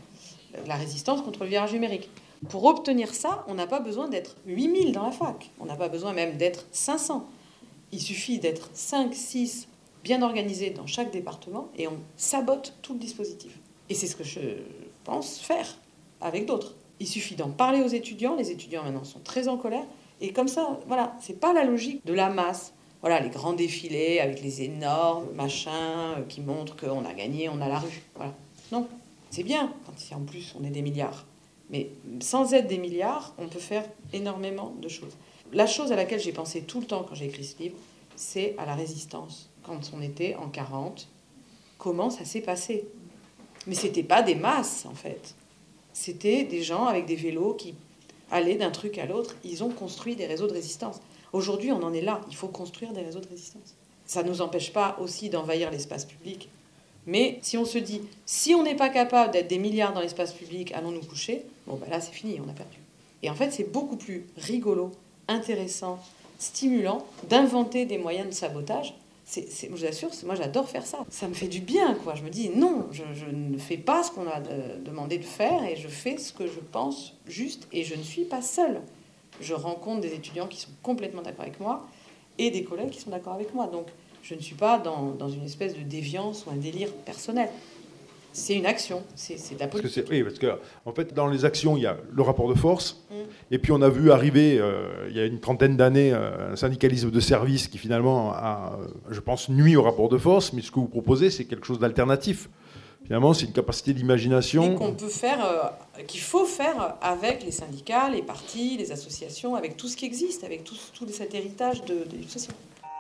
La résistance contre le virage numérique. Pour obtenir ça, on n'a pas besoin d'être 8000 dans la fac. On n'a pas besoin même d'être 500. Il suffit d'être 5, 6, bien organisés dans chaque département, et on sabote tout le dispositif. Et c'est ce que je pense faire avec d'autres. Il suffit d'en parler aux étudiants. Les étudiants, maintenant, sont très en colère. Et comme ça, voilà, c'est pas la logique de la masse. Voilà, les grands défilés avec les énormes machins qui montrent qu'on a gagné, on a la rue. Voilà. Non, c'est bien quand en plus on est des milliards. Mais sans être des milliards, on peut faire énormément de choses. La chose à laquelle j'ai pensé tout le temps quand j'ai écrit ce livre, c'est à la résistance. Quand on était en 40, comment ça s'est passé? Mais c'était pas des masses, en fait. C'était des gens avec des vélos qui allaient d'un truc à l'autre. Ils ont construit des réseaux de résistance. Aujourd'hui, on en est là. Il faut construire des réseaux de résistance. Ça ne nous empêche pas aussi d'envahir l'espace public. Mais si on se dit, si on n'est pas capable d'être des milliards dans l'espace public, allons nous coucher, bon, ben là, c'est fini, on a perdu. Et en fait, c'est beaucoup plus rigolo, intéressant, stimulant d'inventer des moyens de sabotage. Je vous assure, moi j'adore faire ça. Ça me fait du bien, quoi. Je me dis non, je ne fais pas ce qu'on a demandé de faire et je fais ce que je pense juste et je ne suis pas seule. Je rencontre des étudiants qui sont complètement d'accord avec moi et des collègues qui sont d'accord avec moi. Donc je ne suis pas dans une espèce de déviance ou un délire personnel. C'est une action, c'est de la politique. Oui, parce que en fait, dans les actions, il y a le rapport de force. Et puis on a vu arriver, il y a une trentaine d'années, un syndicalisme de service qui finalement a, je pense, nuit au rapport de force. Mais ce que vous proposez, c'est quelque chose d'alternatif. Finalement, c'est une capacité d'imagination. Et qu'on peut faire, qu'il faut faire avec les syndicats, les partis, les associations, avec tout ce qui existe, avec tout cet héritage de l'éducation.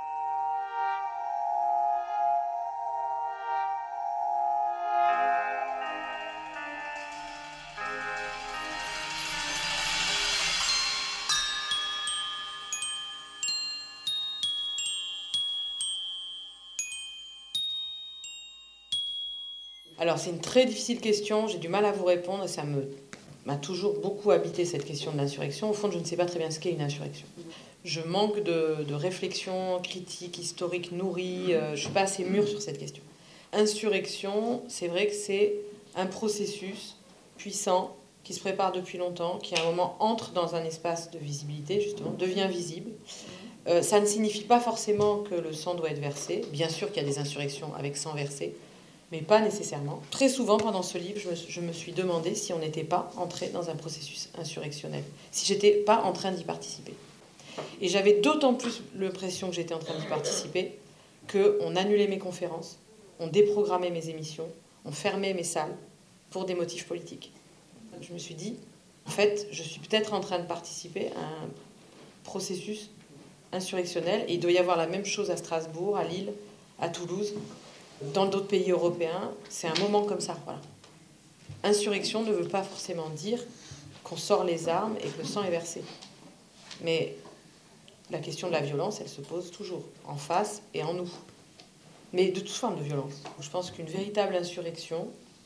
Alors, c'est une très difficile question, j'ai du mal à vous répondre, ça m'a toujours beaucoup habité cette question de l'insurrection. Au fond, je ne sais pas très bien ce qu'est une insurrection. Je manque de réflexion critique, historique, nourrie, je ne suis pas assez mûre sur cette question. Insurrection, c'est vrai que c'est un processus puissant qui se prépare depuis longtemps, qui à un moment entre dans un espace de visibilité, justement, devient visible. Ça ne signifie pas forcément que le sang doit être versé. Bien sûr qu'il y a des insurrections avec sang versé, mais pas nécessairement. Très souvent, pendant ce livre, je me suis demandé si on n'était pas entré dans un processus insurrectionnel, si j'étais pas en train d'y participer. Et j'avais d'autant plus l'impression que j'étais en train d'y participer qu'on annulait mes conférences, on déprogrammait mes émissions, on fermait mes salles pour des motifs politiques. Je me suis dit, en fait, je suis peut-être en train de participer à un processus insurrectionnel, et il doit y avoir la même chose à Strasbourg, à Lille, à Toulouse, dans d'autres pays européens. C'est un moment comme ça, voilà. Insurrection ne veut pas forcément dire qu'on sort les armes et que le sang est versé. Mais la question de la violence, elle se pose toujours, en face et en nous. Mais de toute forme de violence. Je pense qu'une véritable insurrection,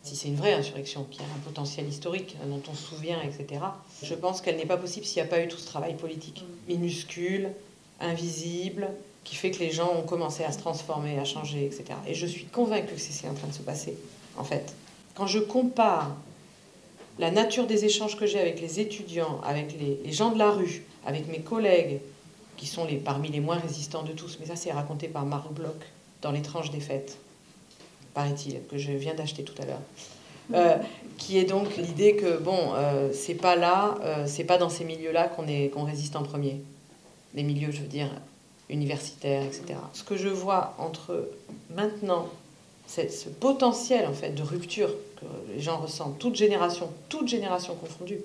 si c'est une vraie insurrection, qui a un potentiel historique, dont on se souvient, etc., je pense qu'elle n'est pas possible s'il n'y a pas eu tout ce travail politique, minuscule, invisible, qui fait que les gens ont commencé à se transformer, à changer, etc. Et je suis convaincue que c'est ce qui est en train de se passer, en fait. Quand je compare la nature des échanges que j'ai avec les étudiants, avec les gens de la rue, avec mes collègues, qui sont parmi les moins résistants de tous, mais ça c'est raconté par Marc Bloch dans L'étrange défaite, paraît-il, que je viens d'acheter tout à l'heure, qui est donc l'idée que, c'est pas là, c'est pas dans ces milieux-là qu'on résiste en premier. Les milieux, je veux dire, universitaires, etc. Ce que je vois entre maintenant, c'est ce potentiel, en fait, de rupture que les gens ressentent, toute génération confondue,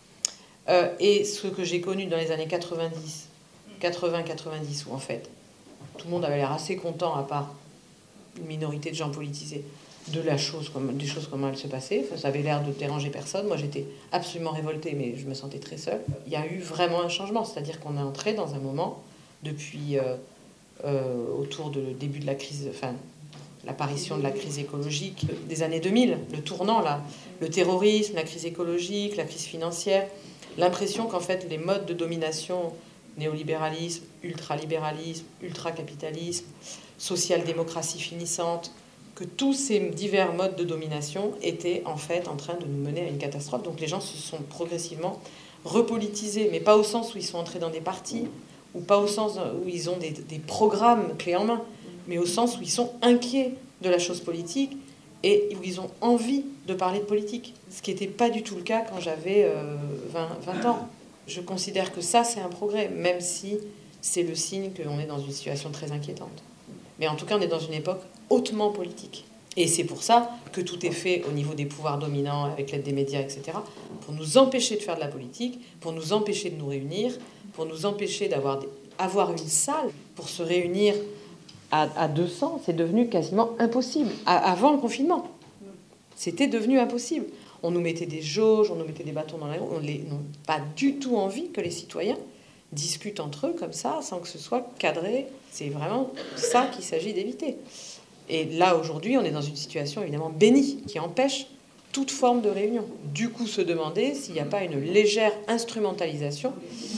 et ce que j'ai connu dans les années 80-90, où, en fait, tout le monde avait l'air assez content, à part une minorité de gens politisés, des choses comment elles se passaient. Enfin, ça avait l'air de déranger personne. Moi, j'étais absolument révoltée, mais je me sentais très seule. Il y a eu vraiment un changement, c'est-à-dire qu'on est entré dans un moment, depuis autour du début de la crise, enfin, l'apparition de la crise écologique des années 2000, le tournant, là, le terrorisme, la crise écologique, la crise financière, l'impression qu'en fait, les modes de domination, néolibéralisme, ultralibéralisme, ultracapitalisme, social-démocratie finissante, que tous ces divers modes de domination étaient en fait en train de nous mener à une catastrophe. Donc les gens se sont progressivement repolitisés, mais pas au sens où ils sont entrés dans des partis, ou pas au sens où ils ont des programmes clés en main, mais au sens où ils sont inquiets de la chose politique et où ils ont envie de parler de politique, ce qui n'était pas du tout le cas quand j'avais 20 ans. Je considère que ça, c'est un progrès, même si c'est le signe qu'on est dans une situation très inquiétante. Mais en tout cas, on est dans une époque hautement politique. Et c'est pour ça que tout est fait au niveau des pouvoirs dominants, avec l'aide des médias, etc., pour nous empêcher de faire de la politique, pour nous empêcher de nous réunir, pour nous empêcher d'avoir une salle pour se réunir à 200. C'est devenu quasiment impossible. Avant le confinement, c'était devenu impossible. On nous mettait des jauges, on nous mettait des bâtons dans la roue. On n'a pas du tout envie que les citoyens discutent entre eux comme ça, sans que ce soit cadré. C'est vraiment ça qu'il s'agit d'éviter. Et là, aujourd'hui, on est dans une situation évidemment bénie, qui empêche toute forme de réunion. Du coup, se demander s'il n'y a pas une légère instrumentalisation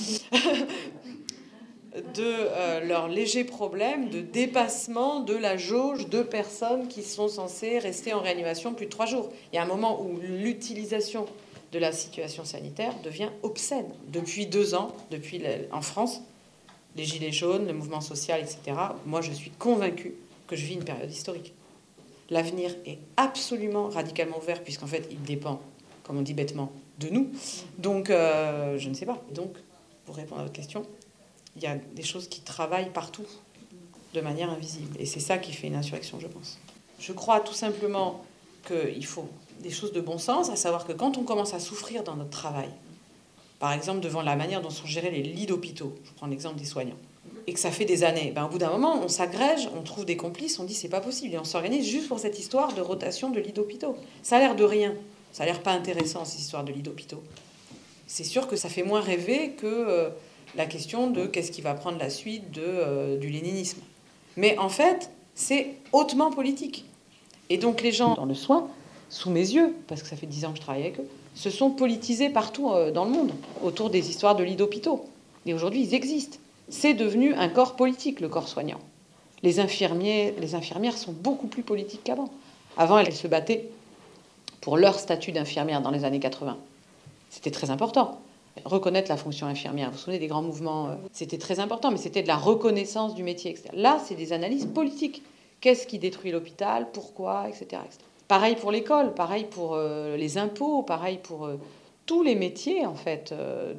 de leur léger problème de dépassement de la jauge de personnes qui sont censées rester en réanimation plus de 3 jours. Il y a un moment où l'utilisation de la situation sanitaire devient obscène. Depuis 2 ans, en France, les gilets jaunes, le mouvement social, etc., moi je suis convaincue que je vis une période historique. L'avenir est absolument radicalement ouvert, puisqu'en fait il dépend, comme on dit bêtement, de nous. Donc je ne sais pas. Donc, pour répondre à votre question, il y a des choses qui travaillent partout de manière invisible. Et c'est ça qui fait une insurrection, je pense. Je crois tout simplement qu'il faut des choses de bon sens, à savoir que quand on commence à souffrir dans notre travail, par exemple devant la manière dont sont gérés les lits d'hôpitaux, je prends l'exemple des soignants, et que ça fait des années, au bout d'un moment, on s'agrège, on trouve des complices, on dit c'est pas possible, et on s'organise juste pour cette histoire de rotation de lits d'hôpitaux. Ça a l'air de rien, ça a l'air pas intéressant, ces histoires de lits d'hôpitaux. C'est sûr que ça fait moins rêver que la question de qu'est-ce qui va prendre la suite du léninisme. Mais en fait, c'est hautement politique. Et donc les gens dans le soin, sous mes yeux, parce que ça fait 10 ans que je travaille avec eux, se sont politisés partout dans le monde, autour des histoires de lits d'hôpitaux. Et aujourd'hui, ils existent. C'est devenu un corps politique, le corps soignant. Les infirmières sont beaucoup plus politiques qu'avant. Avant, elles se battaient pour leur statut d'infirmière dans les années 80. C'était très important. Reconnaître la fonction infirmière. Vous vous souvenez des grands mouvements, c'était très important, mais c'était de la reconnaissance du métier, etc. Là, c'est des analyses politiques. Qu'est-ce qui détruit l'hôpital? Pourquoi? Etc. etc. Pareil pour l'école, pareil pour les impôts, pareil pour tous les métiers, en fait.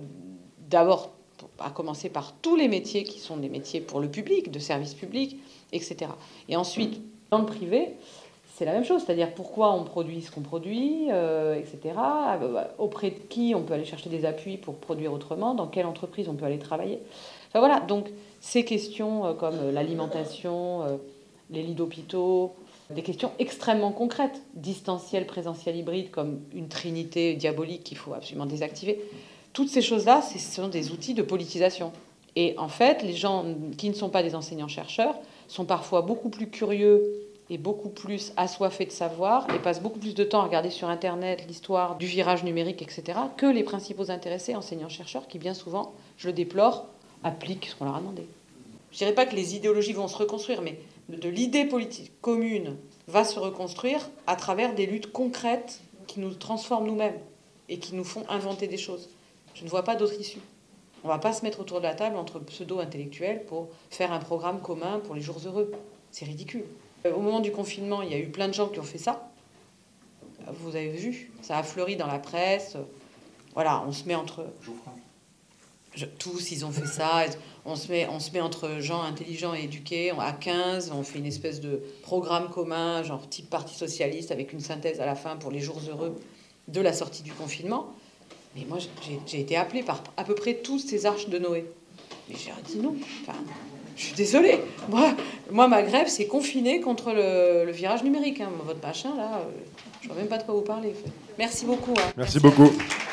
D'abord, à commencer par tous les métiers qui sont des métiers pour le public, de service public, etc. Et ensuite, dans le privé, c'est la même chose, c'est-à-dire pourquoi on produit ce qu'on produit, etc. Auprès de qui on peut aller chercher des appuis pour produire autrement, dans quelle entreprise on peut aller travailler. Enfin voilà, donc ces questions comme l'alimentation, les lits d'hôpitaux, des questions extrêmement concrètes, distanciel, présentiel, hybride, comme une trinité diabolique qu'il faut absolument désactiver. Toutes ces choses-là, ce sont des outils de politisation. Et en fait, les gens qui ne sont pas des enseignants-chercheurs sont parfois beaucoup plus curieux est beaucoup plus assoiffé de savoir et passe beaucoup plus de temps à regarder sur Internet l'histoire du virage numérique, etc., que les principaux intéressés, enseignants-chercheurs, qui bien souvent, je le déplore, appliquent ce qu'on leur a demandé. Je ne dirais pas que les idéologies vont se reconstruire, mais de l'idée politique commune va se reconstruire à travers des luttes concrètes qui nous transforment nous-mêmes et qui nous font inventer des choses. Je ne vois pas d'autre issue. On ne va pas se mettre autour de la table entre pseudo-intellectuels pour faire un programme commun pour les jours heureux. C'est ridicule. Au moment du confinement, il y a eu plein de gens qui ont fait ça. Vous avez vu, ça a fleuri dans la presse. Voilà, on se met entre... Tous, ils ont fait ça. On se met entre gens intelligents et éduqués. À 15, on fait une espèce de programme commun, genre type Parti socialiste, avec une synthèse à la fin pour les jours heureux de la sortie du confinement. Mais moi, j'ai été appelée par à peu près tous ces arches de Noé. Mais j'ai dit non. Enfin, je suis désolée. Moi, ma grève, c'est confiné contre le virage numérique. Hein. Votre machin, là, je ne vois même pas de quoi vous parler. En fait. Merci beaucoup. Hein. Merci beaucoup.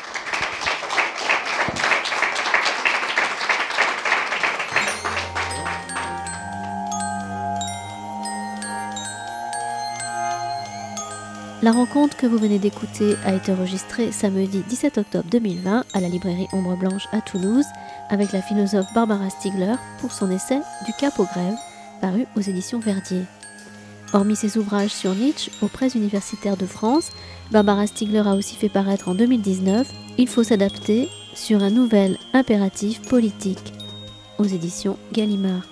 La rencontre que vous venez d'écouter a été enregistrée samedi 17 octobre 2020 à la librairie Ombre Blanche à Toulouse avec la philosophe Barbara Stiegler pour son essai Du Cap aux grèves, paru aux éditions Verdier. Hormis ses ouvrages sur Nietzsche aux presses universitaires de France, Barbara Stiegler a aussi fait paraître en 2019 Il faut s'adapter sur un nouvel impératif politique aux éditions Gallimard.